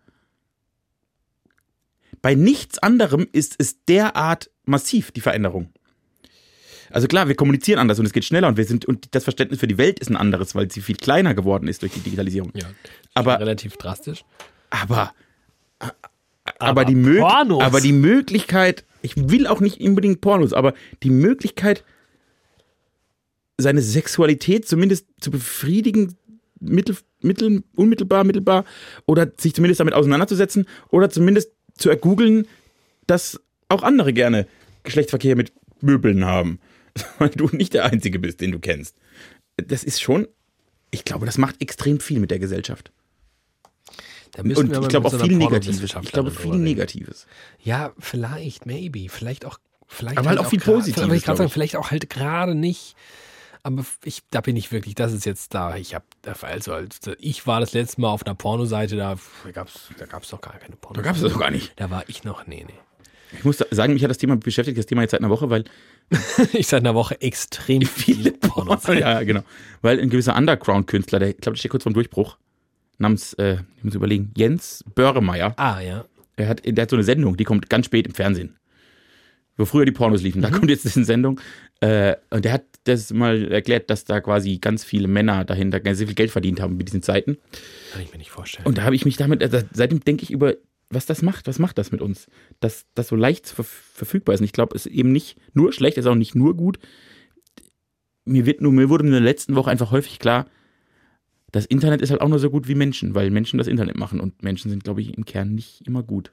B: bei nichts anderem ist es derart massiv, die Veränderung. Also klar, wir kommunizieren anders und es geht schneller und das Verständnis für die Welt ist ein anderes, weil sie viel kleiner geworden ist durch die Digitalisierung.
A: Ja,
B: aber
A: relativ drastisch.
B: Aber die Möglichkeit, ich will auch nicht unbedingt Pornos, aber die Möglichkeit, seine Sexualität zumindest zu befriedigen, unmittelbar, mittelbar, oder sich zumindest damit auseinanderzusetzen oder zumindest zu ergoogeln, dass auch andere gerne Geschlechtsverkehr mit Möbeln haben. Weil du nicht der Einzige bist, den du kennst. Das ist schon, ich glaube, das macht extrem viel mit der Gesellschaft. Und ich glaube auch viel Negatives.
A: Ja, vielleicht, maybe. Vielleicht
B: aber halt auch viel Positives.
A: Aber ich kann sagen, vielleicht auch halt gerade nicht. Aber da bin ich wirklich, das ist jetzt da. Ich war das letzte Mal auf einer Pornoseite, da gab's doch gar keine Pornoseite.
B: Da gab es das doch gar nicht.
A: Da war ich noch, nee.
B: Ich muss sagen, mich hat das Thema beschäftigt, das Thema jetzt seit einer Woche, weil
A: ich seit einer Woche extrem viele Pornos.
B: Ja, genau. Weil ein gewisser Underground-Künstler, ich glaube, der steht kurz vorm Durchbruch, namens, ich muss überlegen, Jens Böhremeyer.
A: Ah, ja.
B: Der hat so eine Sendung, die kommt ganz spät im Fernsehen. Wo früher die Pornos liefen. Da kommt jetzt eine Sendung. Und der hat das mal erklärt, dass da quasi ganz viele Männer dahinter ganz viel Geld verdient haben mit diesen Zeiten.
A: Kann ich mir nicht vorstellen.
B: Und da habe ich mich seitdem denke ich über, was das macht. Was macht das mit uns? Dass das so leicht verfügbar ist. Und ich glaube, es ist eben nicht nur schlecht, es ist auch nicht nur gut. Mir wurde in der letzten Woche einfach häufig klar, das Internet ist halt auch nur so gut wie Menschen, weil Menschen das Internet machen. Und Menschen sind, glaube ich, im Kern nicht immer gut.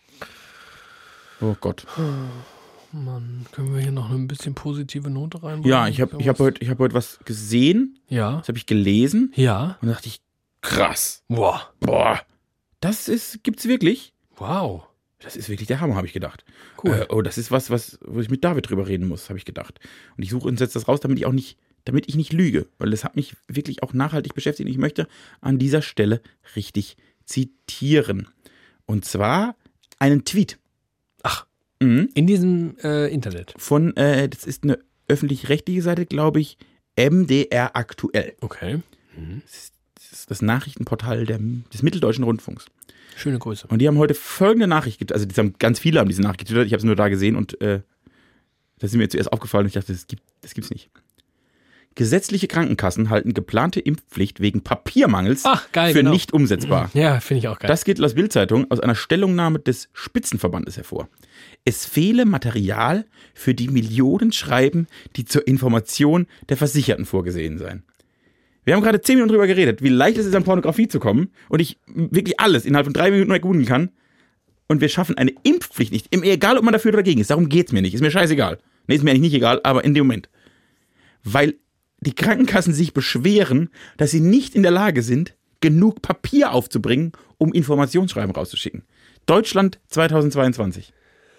B: Oh Gott.
A: Mann, können wir hier noch eine bisschen positive Note reinbringen?
B: Ja, ich hab heute was gesehen.
A: Ja.
B: Das habe ich gelesen.
A: Ja.
B: Und da dachte ich, krass.
A: Boah.
B: Gibt's wirklich?
A: Wow.
B: Das ist wirklich der Hammer, habe ich gedacht.
A: Cool.
B: Das ist wo ich mit David drüber reden muss, habe ich gedacht. Und ich suche und setze das raus, damit ich nicht lüge. Weil das hat mich wirklich auch nachhaltig beschäftigt. Und ich möchte an dieser Stelle richtig zitieren. Und zwar einen Tweet.
A: Ach. In diesem Internet.
B: Von, das ist eine öffentlich-rechtliche Seite, glaube ich, MDR aktuell.
A: Okay.
B: Das ist das Nachrichtenportal des Mitteldeutschen Rundfunks.
A: Schöne Grüße.
B: Und die haben heute folgende Nachricht, also ganz viele haben diese Nachricht getwittert, ich habe es nur da gesehen und das ist mir zuerst aufgefallen und ich dachte, das gibt's nicht. Gesetzliche Krankenkassen halten geplante Impfpflicht wegen Papiermangels für nicht umsetzbar.
A: Ja, finde ich auch geil.
B: Das geht laut Bild-Zeitung aus einer Stellungnahme des Spitzenverbandes hervor. Es fehle Material für die Millionen Schreiben, die zur Information der Versicherten vorgesehen seien. Wir haben gerade 10 Minuten drüber geredet, wie leicht es ist, an Pornografie zu kommen und ich wirklich alles innerhalb von 3 Minuten erkunden kann und wir schaffen eine Impfpflicht nicht. Egal, ob man dafür oder dagegen ist, darum geht's mir nicht. Ist mir scheißegal. Nee, ist mir eigentlich nicht egal, aber in dem Moment. Weil die Krankenkassen sich beschweren, dass sie nicht in der Lage sind, genug Papier aufzubringen, um Informationsschreiben rauszuschicken. Deutschland 2022.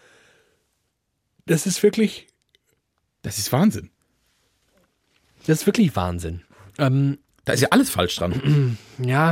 A: Das ist wirklich...
B: Das ist Wahnsinn.
A: Das ist wirklich Wahnsinn.
B: Da ist ja alles falsch dran.
A: Ja.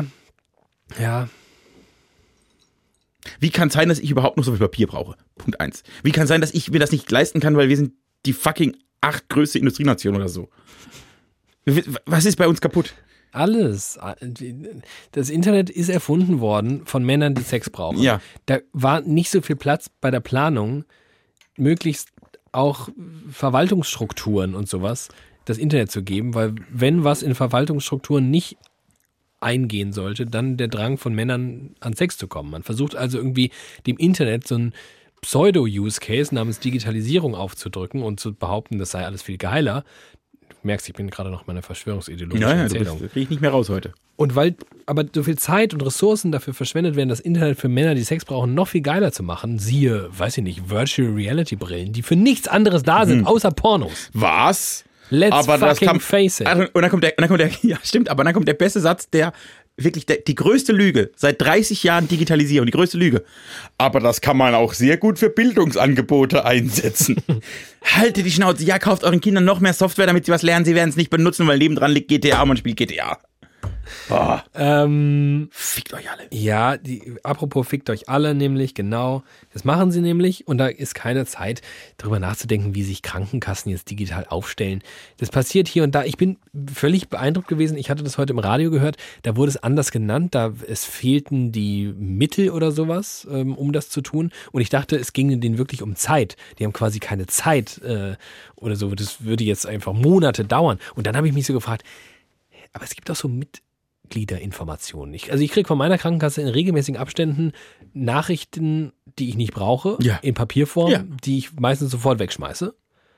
B: Wie kann es sein, dass ich überhaupt noch so viel Papier brauche? Punkt 1. Wie kann es sein, dass ich mir das nicht leisten kann, weil wir sind die fucking 8 größte Industrienation oder so? Was ist bei uns kaputt?
A: Alles. Das Internet ist erfunden worden von Männern, die Sex brauchen.
B: Ja.
A: Da war nicht so viel Platz bei der Planung, möglichst auch Verwaltungsstrukturen und sowas das Internet zu geben, weil wenn was in Verwaltungsstrukturen nicht eingehen sollte, dann der Drang von Männern an Sex zu kommen. Man versucht also irgendwie dem Internet so einen Pseudo-Use-Case namens Digitalisierung aufzudrücken und zu behaupten, das sei alles viel geiler. merkst, ich bin gerade noch meine verschwörungsideologischen
B: Ja,
A: Erzählung.
B: das kriege ich nicht mehr raus heute.
A: Und weil aber so viel Zeit und Ressourcen dafür verschwendet werden, das Internet für Männer, die Sex brauchen, noch viel geiler zu machen, siehe, weiß ich nicht, Virtual Reality Brillen, die für nichts anderes da sind, außer Pornos.
B: Was?
A: Let's fucking face it.
B: Und dann kommt der, ja stimmt, aber dann kommt der beste Satz, der wirklich die größte Lüge, seit 30 Jahren Digitalisierung, die größte Lüge. Aber das kann man auch sehr gut für Bildungsangebote einsetzen. Haltet die Schnauze, ja, kauft euren Kindern noch mehr Software, damit sie was lernen, sie werden es nicht benutzen, weil nebendran liegt GTA und man spielt GTA. Oh. Fickt euch alle.
A: Ja, apropos fickt euch alle nämlich, genau. Das machen sie nämlich und da ist keine Zeit, darüber nachzudenken, wie sich Krankenkassen jetzt digital aufstellen. Das passiert hier und da. Ich bin völlig beeindruckt gewesen. Ich hatte das heute im Radio gehört. Da wurde es anders genannt. Es fehlten die Mittel oder sowas, um das zu tun. Und ich dachte, es ging denen wirklich um Zeit. Die haben quasi keine Zeit oder so. Das würde jetzt einfach Monate dauern. Und dann habe ich mich so gefragt, aber es gibt auch so Mitgliederinformationen. Ich kriege von meiner Krankenkasse in regelmäßigen Abständen Nachrichten, die ich nicht brauche, in Papierform, die ich meistens sofort wegschmeiße.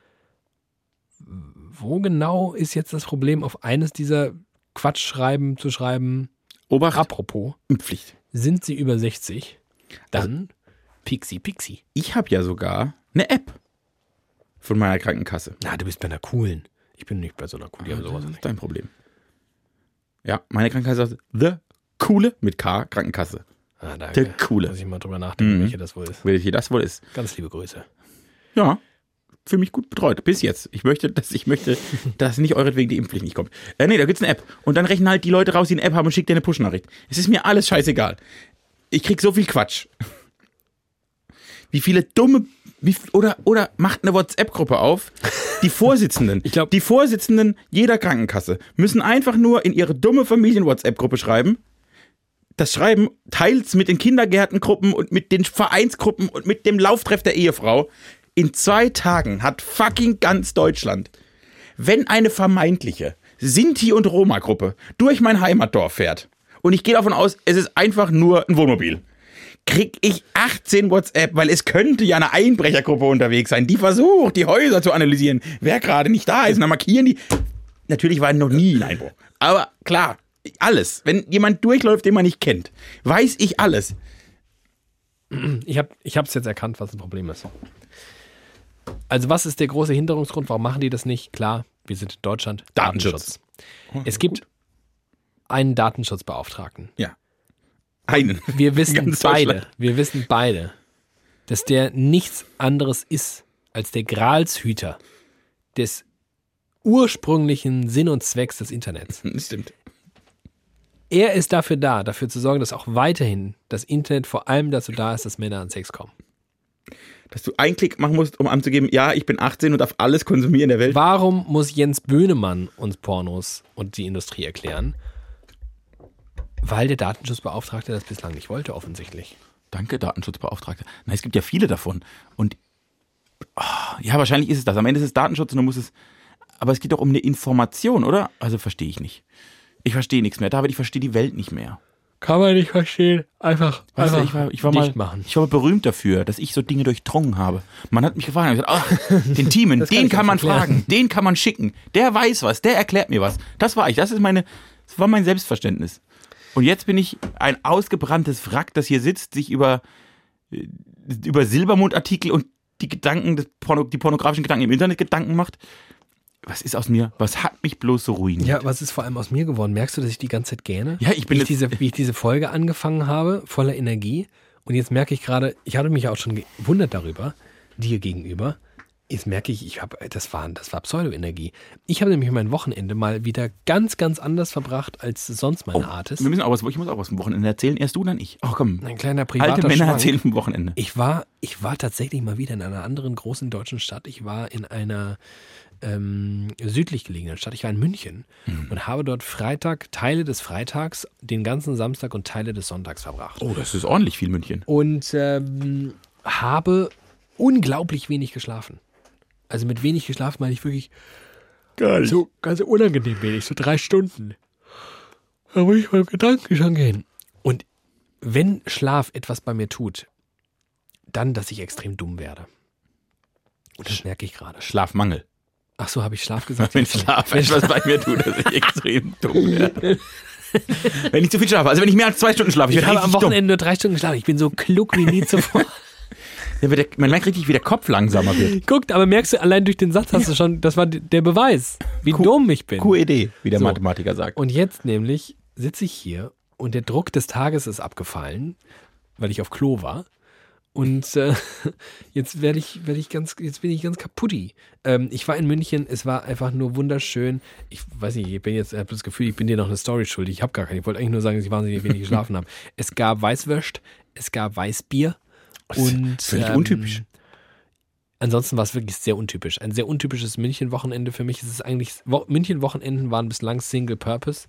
A: Wo genau ist jetzt das Problem, auf eines dieser Quatschschreiben zu schreiben?
B: Obacht.
A: Apropos,
B: Impfpflicht.
A: sind Sie über 60? Dann Pixi.
B: Ich habe ja sogar eine App von meiner Krankenkasse.
A: Na, du bist bei einer coolen. Ich bin nicht bei so einer coolen. Die haben sowas
B: Das
A: nicht.
B: ist dein Problem. Ja, meine Krankenkasse sagt The Coole mit K Krankenkasse.
A: Ah, danke.
B: Der Coole.
A: Muss ich mal drüber nachdenken, welche das wohl ist.
B: Welche das wohl ist.
A: Ganz liebe Grüße.
B: Ja, für mich gut betreut. Bis jetzt. Ich möchte, dass nicht euretwegen die Impfpflicht nicht kommt. Nee, da gibt's eine App. Und dann rechnen halt die Leute raus, die eine App haben und schicken dir eine Push-Nachricht. Es ist mir alles scheißegal. Ich krieg so viel Quatsch. Wie viele dumme, oder macht eine WhatsApp-Gruppe auf. Die Vorsitzenden, die Vorsitzenden jeder Krankenkasse müssen einfach nur in ihre dumme Familien-WhatsApp-Gruppe schreiben. Das Schreiben teilt's mit den Kindergärtengruppen und mit den Vereinsgruppen und mit dem Lauftreff der Ehefrau. In 2 Tagen hat fucking ganz Deutschland, wenn eine vermeintliche Sinti- und Roma-Gruppe durch mein Heimatdorf fährt, und ich gehe davon aus, es ist einfach nur ein Wohnmobil, krieg ich 18 WhatsApp, weil es könnte ja eine Einbrechergruppe unterwegs sein, die versucht, die Häuser zu analysieren, wer gerade nicht da ist. Und dann markieren die. Natürlich war noch nie ein Einbruch. Aber klar, alles. Wenn jemand durchläuft, den man nicht kennt, weiß ich alles.
A: Ich hab's jetzt erkannt, was das Problem ist. Also was ist der große Hinderungsgrund? Warum machen die das nicht? Klar, wir sind in Deutschland.
B: Datenschutz.
A: Es gibt einen Datenschutzbeauftragten.
B: Ja. Einen.
A: Wir wissen beide, dass der nichts anderes ist als der Gralshüter des ursprünglichen Sinn und Zwecks des Internets.
B: Das stimmt.
A: Er ist dafür zu sorgen, dass auch weiterhin das Internet vor allem dazu da ist, dass Männer an Sex kommen.
B: Dass du einen Klick machen musst, um anzugeben, ja, ich bin 18 und darf alles konsumieren in der Welt.
A: Warum muss Jens Böhnemann uns Pornos und die Industrie erklären? Weil der Datenschutzbeauftragte das bislang nicht wollte, offensichtlich.
B: Danke, Datenschutzbeauftragter. Na, es gibt ja viele davon. Und ja, wahrscheinlich ist es das. Am Ende ist es Datenschutz und dann muss es. Aber es geht doch um eine Information, oder? Also verstehe ich nicht. Ich verstehe nichts mehr. David, ich verstehe die Welt nicht mehr.
A: Kann man nicht verstehen. Einfach
B: ich war mal berühmt dafür, dass ich so Dinge durchdrungen habe. Man hat mich gefragt, und gesagt, den Teamen, den kann man fragen, den kann man schicken. Der weiß was, der erklärt mir was. Das war ich. Das war mein Selbstverständnis. Und jetzt bin ich ein ausgebranntes Wrack, das hier sitzt, sich über Silbermond-Artikel und die pornografischen Gedanken im Internet Gedanken macht. Was ist aus mir? Was hat mich bloß so ruiniert?
A: Ja, was ist vor allem aus mir geworden? Merkst du, dass ich die ganze Zeit gähne?
B: Ja,
A: wie ich diese Folge angefangen habe, voller Energie. Und jetzt merke ich gerade, ich hatte mich ja auch schon gewundert darüber, dir gegenüber. Jetzt merke ich, das war Pseudo-Energie. Ich habe nämlich mein Wochenende mal wieder ganz, ganz anders verbracht, als sonst meine Art ist.
B: Ich muss auch was vom Wochenende erzählen. Erst du, dann ich. Ach komm.
A: Ein kleiner privater
B: Alte Männer
A: Schwank.
B: erzählen vom Wochenende.
A: Ich war tatsächlich mal wieder in einer anderen großen deutschen Stadt. Ich war in einer südlich gelegenen Stadt. Ich war in München und habe dort Teile des Freitags, den ganzen Samstag und Teile des Sonntags verbracht.
B: Oh, das ist ordentlich viel München.
A: Und habe unglaublich wenig geschlafen. Also mit wenig geschlafen meine ich wirklich so ganz unangenehm wenig, so 3 Stunden. Da muss ich meinem Gedanken schon gehen. Und wenn Schlaf etwas bei mir tut, dann, dass ich extrem dumm werde. Und das merke ich gerade.
B: Schlafmangel.
A: Ach so, habe ich Schlaf gesagt?
B: Wenn Schlaf etwas bei mir tut, dass ich extrem dumm werde. Wenn ich zu viel schlafe, also wenn ich mehr als 2 Stunden schlafe,
A: ich habe am Wochenende nur 3 Stunden geschlafen. Ich bin so klug wie nie zuvor.
B: Man merkt richtig, wie der Kopf langsamer wird.
A: Guckt, aber merkst du, allein durch den Satz hast du schon, das war der Beweis, wie dumm ich bin.
B: QED, wie der Mathematiker sagt.
A: Und jetzt nämlich sitze ich hier und der Druck des Tages ist abgefallen, weil ich auf Klo war. Und jetzt bin ich ganz kaputti. Ich war in München, es war einfach nur wunderschön. Ich weiß nicht, ich habe das Gefühl, ich bin dir noch eine Story schuldig. Ich habe gar keine. Ich wollte eigentlich nur sagen, dass ich wahnsinnig wenig geschlafen habe. Es gab Weißwürst, es gab Weißbier. Und
B: völlig untypisch.
A: Ansonsten war es wirklich sehr untypisch. Ein sehr untypisches München-Wochenende für mich. Es ist eigentlich, München-Wochenenden waren bislang Single Purpose.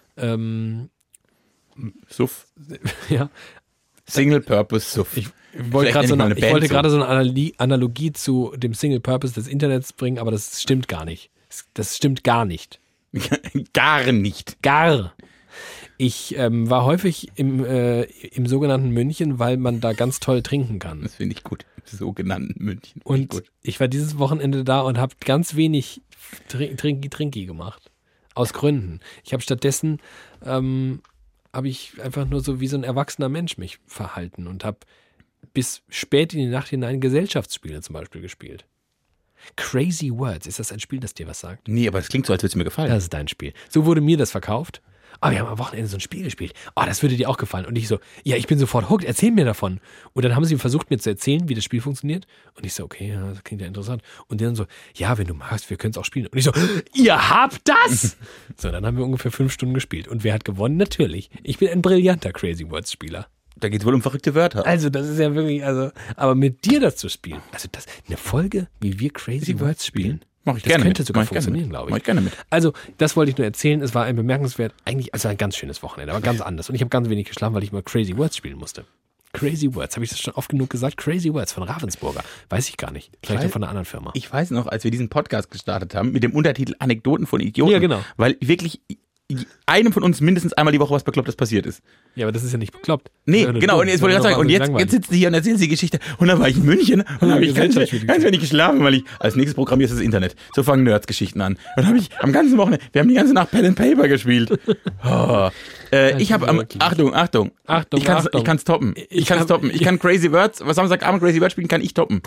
B: Suff.
A: Ja.
B: Single Purpose Suff.
A: Ich wollte gerade so eine Analogie zu dem Single Purpose des Internets bringen, aber das stimmt gar nicht. Das stimmt gar nicht.
B: Gar nicht.
A: Gar. Ich war häufig im sogenannten München, weil man da ganz toll trinken kann.
B: Das finde ich gut. Im sogenannten München.
A: Und
B: gut.
A: Ich war dieses Wochenende da und habe ganz wenig Trinki gemacht. Aus Gründen. Ich habe stattdessen habe ich einfach nur so wie so ein erwachsener Mensch mich verhalten und habe bis spät in die Nacht hinein Gesellschaftsspiele zum Beispiel gespielt. Crazy Words, ist das ein Spiel, das dir was sagt?
B: Nee, aber das klingt so, als würde es mir gefallen.
A: Das ist dein Spiel. So wurde mir das verkauft. Aber wir haben am Wochenende so ein Spiel gespielt. Oh, das würde dir auch gefallen. Und ich so, ja, ich bin sofort hooked, erzähl mir davon. Und dann haben sie versucht, mir zu erzählen, wie das Spiel funktioniert. Und ich so, okay, ja, das klingt ja interessant. Und die dann so, ja, wenn du magst, wir können es auch spielen. Und ich so, ihr habt das? So, dann haben wir ungefähr 5 Stunden gespielt. Und wer hat gewonnen? Natürlich. Ich bin ein brillanter Crazy Words Spieler.
B: Da geht es wohl um verrückte Wörter.
A: Also, das ist ja wirklich, aber mit dir das zu spielen, eine Folge, wie wir Crazy Words spielen.
B: Mach ich
A: das
B: gerne
A: könnte
B: mit.
A: sogar funktionieren, glaube ich.
B: Mach ich gerne mit.
A: Also, das wollte ich nur erzählen. Es war ein bemerkenswert, also ein ganz schönes Wochenende, aber ganz anders. Und ich habe ganz wenig geschlafen, weil ich mal Crazy Words spielen musste. Crazy Words, habe ich das schon oft genug gesagt? Crazy Words von Ravensburger. Weiß ich gar nicht. Vielleicht auch von einer anderen Firma.
B: Ich weiß noch, als wir diesen Podcast gestartet haben, mit dem Untertitel Anekdoten von Idioten.
A: Ja, genau.
B: Weil wirklich einem von uns mindestens einmal die Woche was Beklopptes passiert ist.
A: Ja, aber das ist ja nicht bekloppt.
B: Nee, genau. Und jetzt wollte ich gerade sagen, und jetzt sitzen sie hier und erzählen sie die Geschichte. Und dann war ich in München und habe ich ganz wenig geschlafen, weil ich als nächstes programmiere das Internet. So fangen Nerds-Geschichten an. Und dann habe ich am ganzen Wochenende, wir haben die ganze Nacht Pen and Paper gespielt. Oh. Ich habe Achtung. Ich kann es toppen. Ich kann Crazy Words, was Samstagabend Crazy Words spielen, kann ich toppen.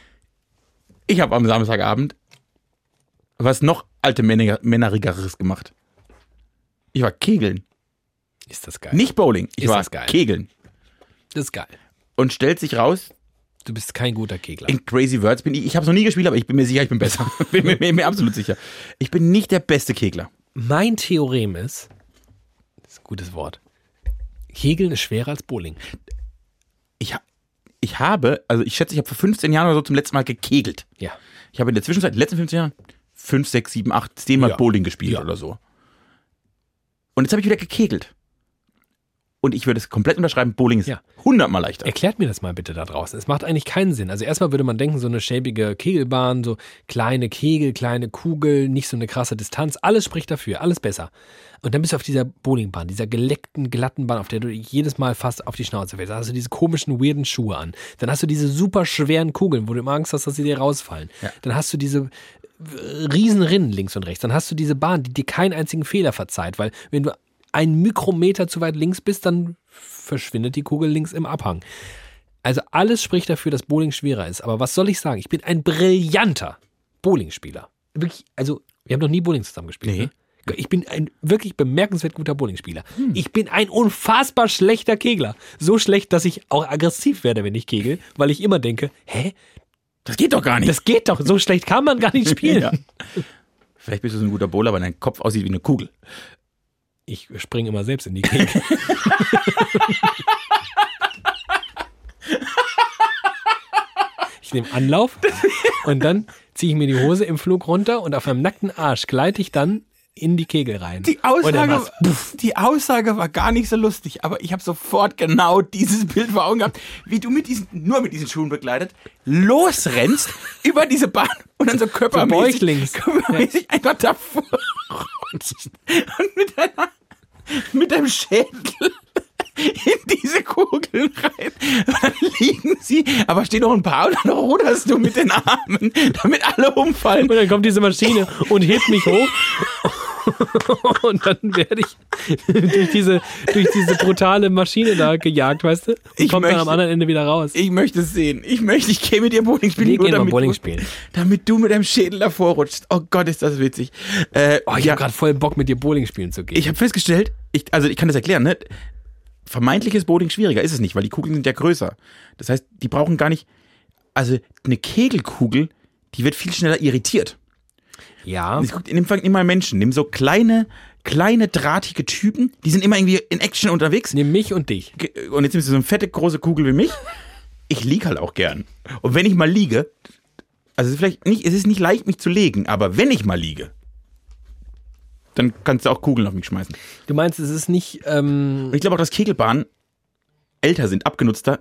B: Ich habe am Samstagabend was noch alte Männerigeres gemacht. Ich war kegeln.
A: Ist das geil?
B: Nicht Bowling. Ich war kegeln.
A: Das ist geil.
B: Und stellt sich raus,
A: du bist kein guter Kegler.
B: In Crazy Words bin ich habe es noch nie gespielt, aber ich bin mir sicher, ich bin besser. bin mir absolut sicher. Ich bin nicht der beste Kegler.
A: Mein Theorem ist, das ist ein gutes Wort, Kegeln ist schwerer als Bowling.
B: Ich schätze, ich habe vor 15 Jahren oder so zum letzten Mal gekegelt.
A: Ja.
B: Ich habe in der Zwischenzeit, in den letzten 15 Jahren, 5, 6, 7, 8, 10 Mal Bowling gespielt oder so. Und jetzt habe ich wieder gekegelt. Und ich würde es komplett unterschreiben, Bowling ist 100-mal leichter.
A: Erklärt mir das mal bitte da draußen. Es macht eigentlich keinen Sinn. Also erstmal würde man denken, so eine schäbige Kegelbahn, so kleine Kegel, kleine Kugel, nicht so eine krasse Distanz. Alles spricht dafür, alles besser. Und dann bist du auf dieser Bowlingbahn, dieser geleckten, glatten Bahn, auf der du jedes Mal fast auf die Schnauze fällst. Da hast du diese komischen, weirden Schuhe an. Dann hast du diese super schweren Kugeln, wo du immer Angst hast, dass sie dir rausfallen. Ja. Dann hast du diese riesen Rinnen links und rechts. Dann hast du diese Bahn, die dir keinen einzigen Fehler verzeiht, weil wenn du einen Mikrometer zu weit links bist, dann verschwindet die Kugel links im Abhang. Also alles spricht dafür, dass Bowling schwerer ist. Aber was soll ich sagen? Ich bin ein brillanter Bowlingspieler. Wirklich, also wir haben noch nie Bowling zusammen gespielt. Nee. Ne? Ich bin ein wirklich bemerkenswert guter Bowlingspieler. Ich bin ein unfassbar schlechter Kegler. So schlecht, dass ich auch aggressiv werde, wenn ich kegel, weil ich immer denke,
B: das geht doch gar nicht.
A: Das geht doch, so schlecht kann man gar nicht spielen.
B: Ja. Vielleicht bist du so ein guter Bowler, weil dein Kopf aussieht wie eine Kugel.
A: Ich springe immer selbst in die Kegel. Ich nehme Anlauf und dann ziehe ich mir die Hose im Flug runter und auf meinem nackten Arsch gleite ich dann in die Kegel rein.
B: Die Aussage war gar nicht so lustig, aber ich habe sofort genau dieses Bild vor Augen gehabt, wie du nur mit diesen Schuhen begleitet, losrennst über diese Bahn und dann so körpermäßig einfach davor rutscht und mit deinem Schädel in diese Kugeln rein. Und dann liegen sie, aber stehen noch ein paar und dann ruderst du mit den Armen, damit alle umfallen.
A: Und dann kommt diese Maschine und hebt mich hoch. Und dann werde ich durch diese brutale Maschine da gejagt, weißt du? Und kommt dann am anderen Ende wieder raus.
B: Ich möchte es sehen. Ich gehe mit dir Bowling spielen.
A: Wir gehen mal Bowling spielen.
B: Damit du mit deinem Schädel davor rutschst. Oh Gott, ist das witzig.
A: Ich habe gerade voll Bock, mit dir Bowling spielen zu gehen.
B: Ich habe festgestellt, ich kann das erklären, ne? Vermeintliches Bowling schwieriger ist es nicht, weil die Kugeln sind ja größer. Das heißt, die brauchen gar nicht, also eine Kegelkugel, die wird viel schneller irritiert.
A: Ja.
B: Nimm mal Menschen, nimm so kleine drahtige Typen, die sind immer irgendwie in Action unterwegs.
A: Nimm mich und dich.
B: Und jetzt nimmst du so eine fette, große Kugel wie mich. Ich liege halt auch gern. Und wenn ich mal liege, also es ist nicht leicht, mich zu legen, aber wenn ich mal liege, dann kannst du auch Kugeln auf mich schmeißen.
A: Du meinst, es ist nicht...
B: Und ich glaube auch, dass Kegelbahnen älter sind, abgenutzter,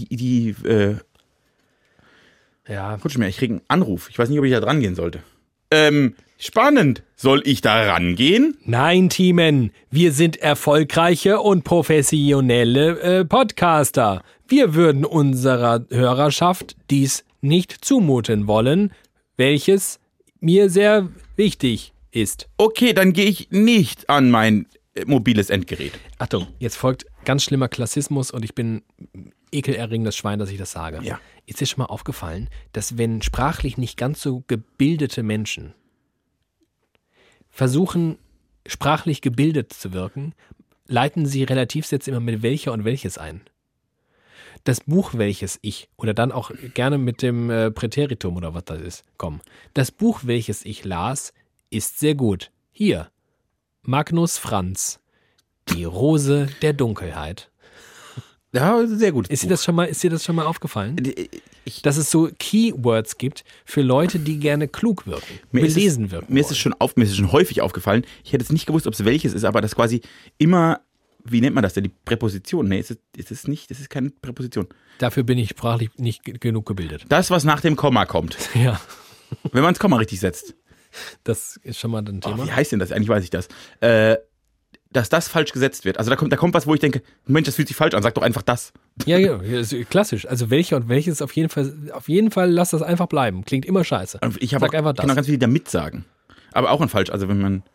A: ja.
B: Rutsch mir, ich kriege einen Anruf. Ich weiß nicht, ob ich da dran gehen sollte. Spannend. Soll ich da rangehen?
A: Nein, Teamen, wir sind erfolgreiche und professionelle Podcaster. Wir würden unserer Hörerschaft dies nicht zumuten wollen, welches mir sehr wichtig ist.
B: Okay, dann gehe ich nicht an mein mobiles Endgerät.
A: Achtung, jetzt folgt ganz schlimmer Klassismus und ich bin ekelerregendes Schwein, dass ich das sage.
B: Ja.
A: Ist dir schon mal aufgefallen, dass wenn sprachlich nicht ganz so gebildete Menschen versuchen, sprachlich gebildet zu wirken, leiten sie Relativsätze immer mit welcher und welches ein? Das Buch, welches ich, oder dann auch gerne mit dem Präteritum oder was das ist, komm. Das Buch, welches ich las, ist sehr gut. Hier, Magnus Franz, Die Rose der Dunkelheit.
B: Ja, sehr gut.
A: Ist dir das schon mal aufgefallen? Dass es so Keywords gibt für Leute, die gerne klug wirken, belesen wirken.
B: Mir ist es schon häufig aufgefallen. Ich hätte jetzt nicht gewusst, ob es welches ist, aber das quasi immer, wie nennt man das denn, die Präposition? Nee, ist es nicht, das ist keine Präposition.
A: Dafür bin ich sprachlich nicht genug gebildet.
B: Das, was nach dem Komma kommt.
A: Ja.
B: Wenn man das Komma richtig setzt.
A: Das ist schon mal ein Thema.
B: Wie heißt denn das? Eigentlich weiß ich das. Dass das falsch gesetzt wird. Also da kommt was, wo ich denke, Mensch, das fühlt sich falsch an, sag doch einfach das.
A: Ja, ist klassisch. Also welcher und welches auf jeden Fall lass das einfach bleiben. Klingt immer scheiße.
B: Ich kann auch ganz viel damit sagen. Aber auch ein falsch, also wenn man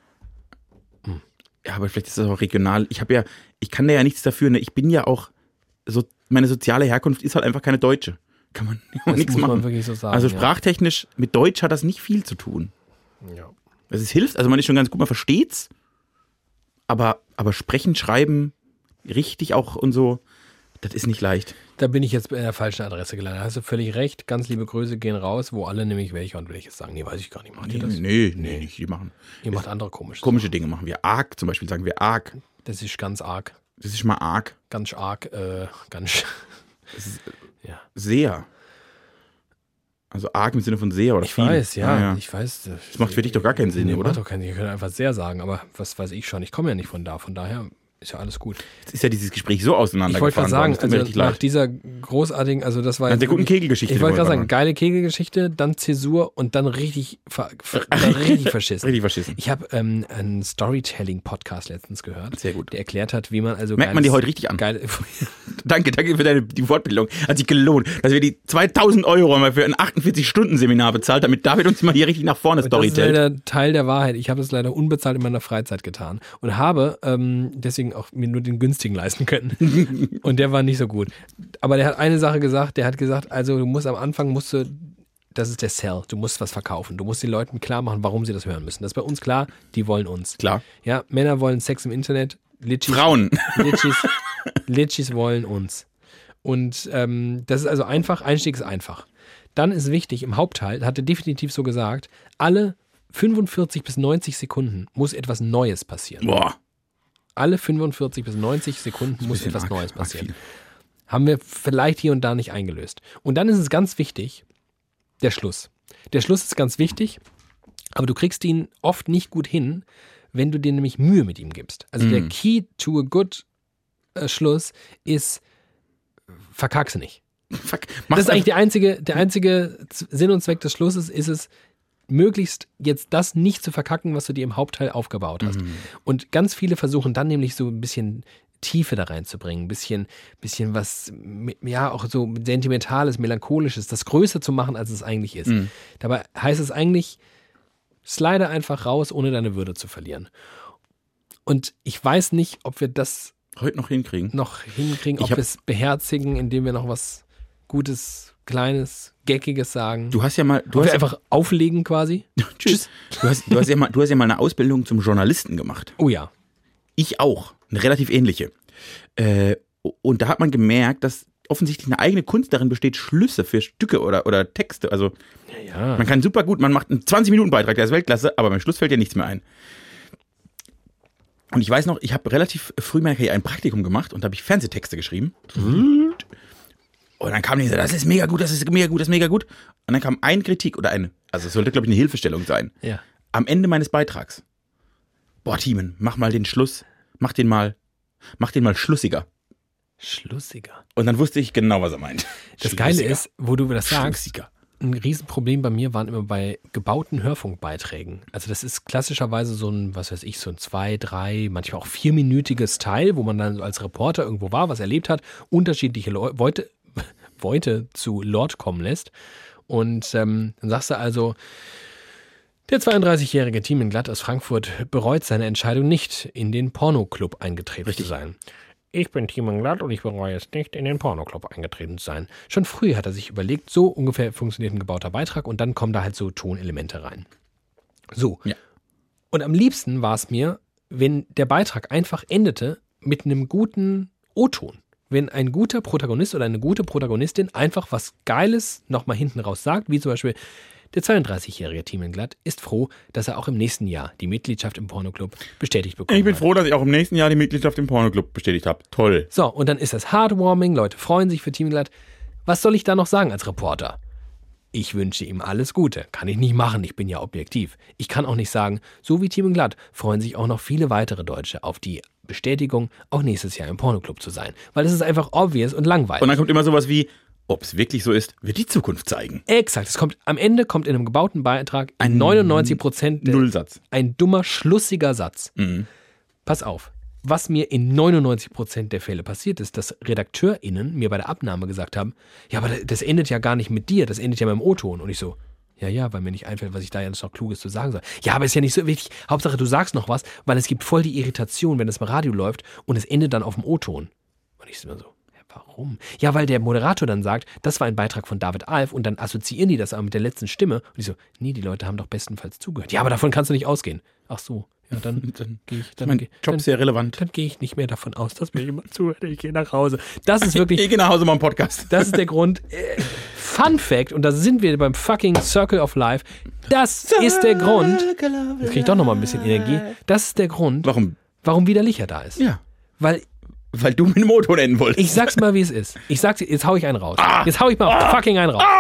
B: ja, aber vielleicht ist das auch regional. Ich kann da ja nichts dafür, ne? Ich bin ja auch meine soziale Herkunft ist halt einfach keine deutsche. Kann man nichts machen.
A: Man wirklich so sagen,
B: also sprachtechnisch mit Deutsch hat das nicht viel zu tun.
A: Ja.
B: Es hilft, also man ist schon ganz gut, man versteht's. Aber sprechen, schreiben, richtig auch und so, das ist nicht leicht.
A: Da bin ich jetzt bei der falschen Adresse gelandet. Da hast du völlig recht. Ganz liebe Grüße gehen raus, wo alle nämlich welche und welches sagen. Nee, weiß ich gar nicht. Macht ihr das?
B: Nee, nicht. Die machen.
A: Ihr macht andere komische
B: Dinge machen wir. Arg zum Beispiel sagen wir arg.
A: Das ist ganz arg.
B: Das ist mal arg.
A: Ganz arg, ganz.
B: Das ist
A: ja.
B: sehr. Also arg im Sinne von sehr oder viel.
A: Ich weiß, ja. Ich weiß.
B: Das macht für dich doch gar keinen Sinn, oder?
A: Macht doch keinen Sinn. Ich könnte einfach sehr sagen, aber was weiß ich schon. Ich komme ja nicht von daher ist ja alles gut.
B: Jetzt ist ja dieses Gespräch so auseinandergefahren.
A: Ich wollte gerade sagen, nach dieser großartigen, also das war
B: nach der guten Kegelgeschichte.
A: Ich wollte gerade sagen, geile Kegelgeschichte, dann Zäsur und dann richtig verschissen.
B: Richtig verschissen.
A: Ich habe einen Storytelling-Podcast letztens gehört,
B: sehr gut,
A: der erklärt hat, wie man also
B: merkt man die heute richtig an. Danke für die Fortbildung. Hat sich gelohnt, dass wir die 2.000 € mal für ein 48-Stunden-Seminar bezahlt, damit David uns mal hier richtig nach vorne storytellt.
A: Das ist leider Teil der Wahrheit. Ich habe es leider unbezahlt in meiner Freizeit getan und habe deswegen auch mir nur den günstigen leisten können. Und der war nicht so gut. Aber der hat eine Sache gesagt, also du musst am Anfang, das ist der Sell, du musst was verkaufen. Du musst den Leuten klar machen, warum sie das hören müssen. Das ist bei uns klar, die wollen uns.
B: Klar.
A: Ja, Männer wollen Sex im Internet,
B: Frauen.
A: Litschis wollen uns. Und das ist also einfach, Einstieg ist einfach. Dann ist wichtig, im Hauptteil, hat er definitiv so gesagt, alle 45 bis 90 Sekunden muss etwas Neues passieren.
B: Boah.
A: Alle 45 bis 90 Sekunden muss etwas Neues passieren. Haben wir vielleicht hier und da nicht eingelöst. Und dann ist es ganz wichtig, der Schluss. Der Schluss ist ganz wichtig, aber du kriegst ihn oft nicht gut hin, wenn du dir nämlich Mühe mit ihm gibst. Also der Key to a good Schluss ist, verkackse nicht. Das ist eigentlich der einzige Sinn und Zweck des Schlusses, ist es, möglichst jetzt das nicht zu verkacken, was du dir im Hauptteil aufgebaut hast. Und ganz viele versuchen dann nämlich so ein bisschen Tiefe da reinzubringen, ein bisschen was, ja, auch so Sentimentales, Melancholisches, das größer zu machen, als es eigentlich ist. Dabei heißt es eigentlich, slide einfach raus, ohne deine Würde zu verlieren. Und ich weiß nicht, ob wir das
B: heute noch hinkriegen,
A: ob wir es beherzigen, indem wir noch was Gutes, Kleines, Geckiges sagen.
B: Du hast ja mal...
A: Du hast einfach auflegen quasi.
B: Tschüss. Du hast ja mal eine Ausbildung zum Journalisten gemacht.
A: Oh ja.
B: Ich auch. Eine relativ ähnliche. Und da hat man gemerkt, dass offensichtlich eine eigene Kunst darin besteht, Schlüsse für Stücke oder Texte. Also man kann super gut, man macht einen 20-Minuten-Beitrag, der ist Weltklasse, aber beim Schluss fällt ja nichts mehr ein. Und ich weiß noch, ich habe relativ früh in meiner Karriere ein Praktikum gemacht und da habe ich Fernsehtexte geschrieben. Und dann kam die so, das ist mega gut, das ist mega gut, das ist mega gut. Und dann kam eine Kritik also es sollte, glaube ich, eine Hilfestellung sein.
A: Ja.
B: Am Ende meines Beitrags. Boah, Thiemen, mach mal den Schluss. Mach den mal schlussiger.
A: Schlussiger.
B: Und dann wusste ich genau, was er meint.
A: Das Geile ist, wo du das sagst, ein Riesenproblem bei mir waren immer bei gebauten Hörfunkbeiträgen. Also das ist klassischerweise so ein, was weiß ich, so ein 2, 3, manchmal auch 4-minütiges Teil, wo man dann als Reporter irgendwo war, was erlebt hat, unterschiedliche Leute zu Lord kommen lässt. Und dann sagst du also, der 32-jährige Thiemen Glatt aus Frankfurt bereut seine Entscheidung nicht, in den Pornoclub eingetreten zu sein. Ich bin Thiemen Glatt und ich bereue es nicht, in den Pornoclub eingetreten zu sein. Schon früh hat er sich überlegt, so ungefähr funktioniert ein gebauter Beitrag und dann kommen da halt so Tonelemente rein. So. Ja. Und am liebsten war es mir, wenn der Beitrag einfach endete mit einem guten O-Ton. Wenn ein guter Protagonist oder eine gute Protagonistin einfach was Geiles nochmal hinten raus sagt, wie zum Beispiel der 32-jährige Thiemen Glatt ist froh, dass er auch im nächsten Jahr die Mitgliedschaft im Pornoclub bestätigt bekommt.
B: Ich bin froh, dass ich auch im nächsten Jahr die Mitgliedschaft im Pornoclub bestätigt habe. Toll.
A: So, und dann ist das Heartwarming, Leute freuen sich für Thiemen Glatt. Was soll ich da noch sagen als Reporter? Ich wünsche ihm alles Gute. Kann ich nicht machen, ich bin ja objektiv. Ich kann auch nicht sagen, so wie Thiemen Glatt freuen sich auch noch viele weitere Deutsche auf die Bestätigung, auch nächstes Jahr im Pornoclub zu sein. Weil das ist einfach obvious und langweilig.
B: Und dann kommt immer sowas wie, ob es wirklich so ist, wird die Zukunft zeigen.
A: Exakt. Am Ende kommt in einem gebauten Beitrag in 99%
B: Nullsatz.
A: Ein dummer, schlussiger Satz.
B: Mhm.
A: Pass auf. Was mir in 99% der Fälle passiert ist, dass RedakteurInnen mir bei der Abnahme gesagt haben, ja, aber das endet ja gar nicht mit dir, das endet ja mit dem O-Ton. Und ich so, ja, weil mir nicht einfällt, was ich da jetzt noch Kluges zu sagen soll. Ja, aber ist ja nicht so wichtig. Hauptsache, du sagst noch was, weil es gibt voll die Irritation, wenn es im Radio läuft und es endet dann auf dem O-Ton. Und ich so immer so, warum? Ja, weil der Moderator dann sagt, das war ein Beitrag von David Alf und dann assoziieren die das aber mit der letzten Stimme. Und ich so, nee, die Leute haben doch bestenfalls zugehört. Ja, aber davon kannst du nicht ausgehen. Ach so, ja, dann gehe ich.
B: Mein Job ist sehr relevant.
A: Dann gehe ich nicht mehr davon aus, dass mir jemand zuhört. Ich gehe nach Hause. Das ist wirklich...
B: Ich gehe nach Hause mal im Podcast.
A: Das ist der Grund. Fun Fact, und da sind wir beim fucking Circle of Life. Das ist der Grund... Jetzt kriege ich doch noch mal ein bisschen Energie. Das ist der Grund, warum wieder Licher da ist.
B: Ja.
A: Weil
B: du mit dem Motor enden wolltest.
A: Ich sag's mal, wie es ist. Jetzt hau ich einen raus. Jetzt hau ich mal fucking einen raus.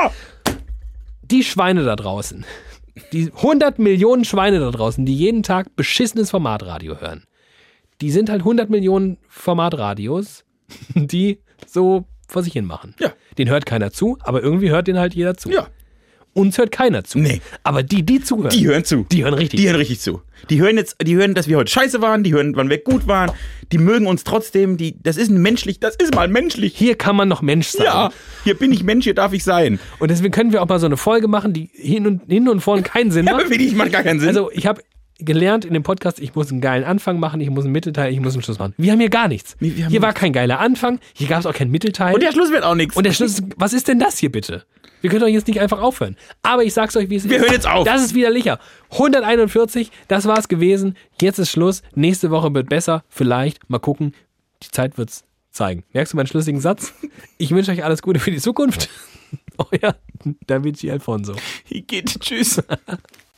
A: Die Schweine da draußen, die 100 Millionen Schweine da draußen, die jeden Tag beschissenes Formatradio hören, die sind halt 100 Millionen Formatradios, die so vor sich hin machen. Ja. Den hört keiner zu, aber irgendwie hört den halt jeder zu. Ja. Uns hört keiner zu. Nee. Aber die zuhören.
B: Die hören zu.
A: Die hören richtig zu.
B: Die hören, dass wir heute scheiße waren, die hören, wann wir gut waren, die mögen uns trotzdem, das ist mal menschlich.
A: Hier kann man noch Mensch sein.
B: Ja, hier bin ich Mensch, hier darf ich sein.
A: Und deswegen können wir auch mal so eine Folge machen, die hin und vorne keinen Sinn macht.
B: Ja, wirklich, macht gar keinen Sinn.
A: Also ich habe gelernt in dem Podcast, ich muss einen geilen Anfang machen, ich muss einen Mittelteil, ich muss einen Schluss machen. Wir haben hier gar nichts. Hier war kein geiler Anfang, hier gab es auch keinen Mittelteil.
B: Und der Schluss wird auch nichts.
A: Und der Schluss, was ist denn das hier bitte? Wir können doch jetzt nicht einfach aufhören. Aber ich sag's euch, wie es ist.
B: Wir hören jetzt auf.
A: Das ist wieder Licher. 141, das war's gewesen. Jetzt ist Schluss. Nächste Woche wird besser. Vielleicht. Mal gucken. Die Zeit wird's zeigen. Merkst du meinen schlüssigen Satz? Ich wünsche euch alles Gute für die Zukunft. Euer Da Vinci Alfonso.
B: Tschüss.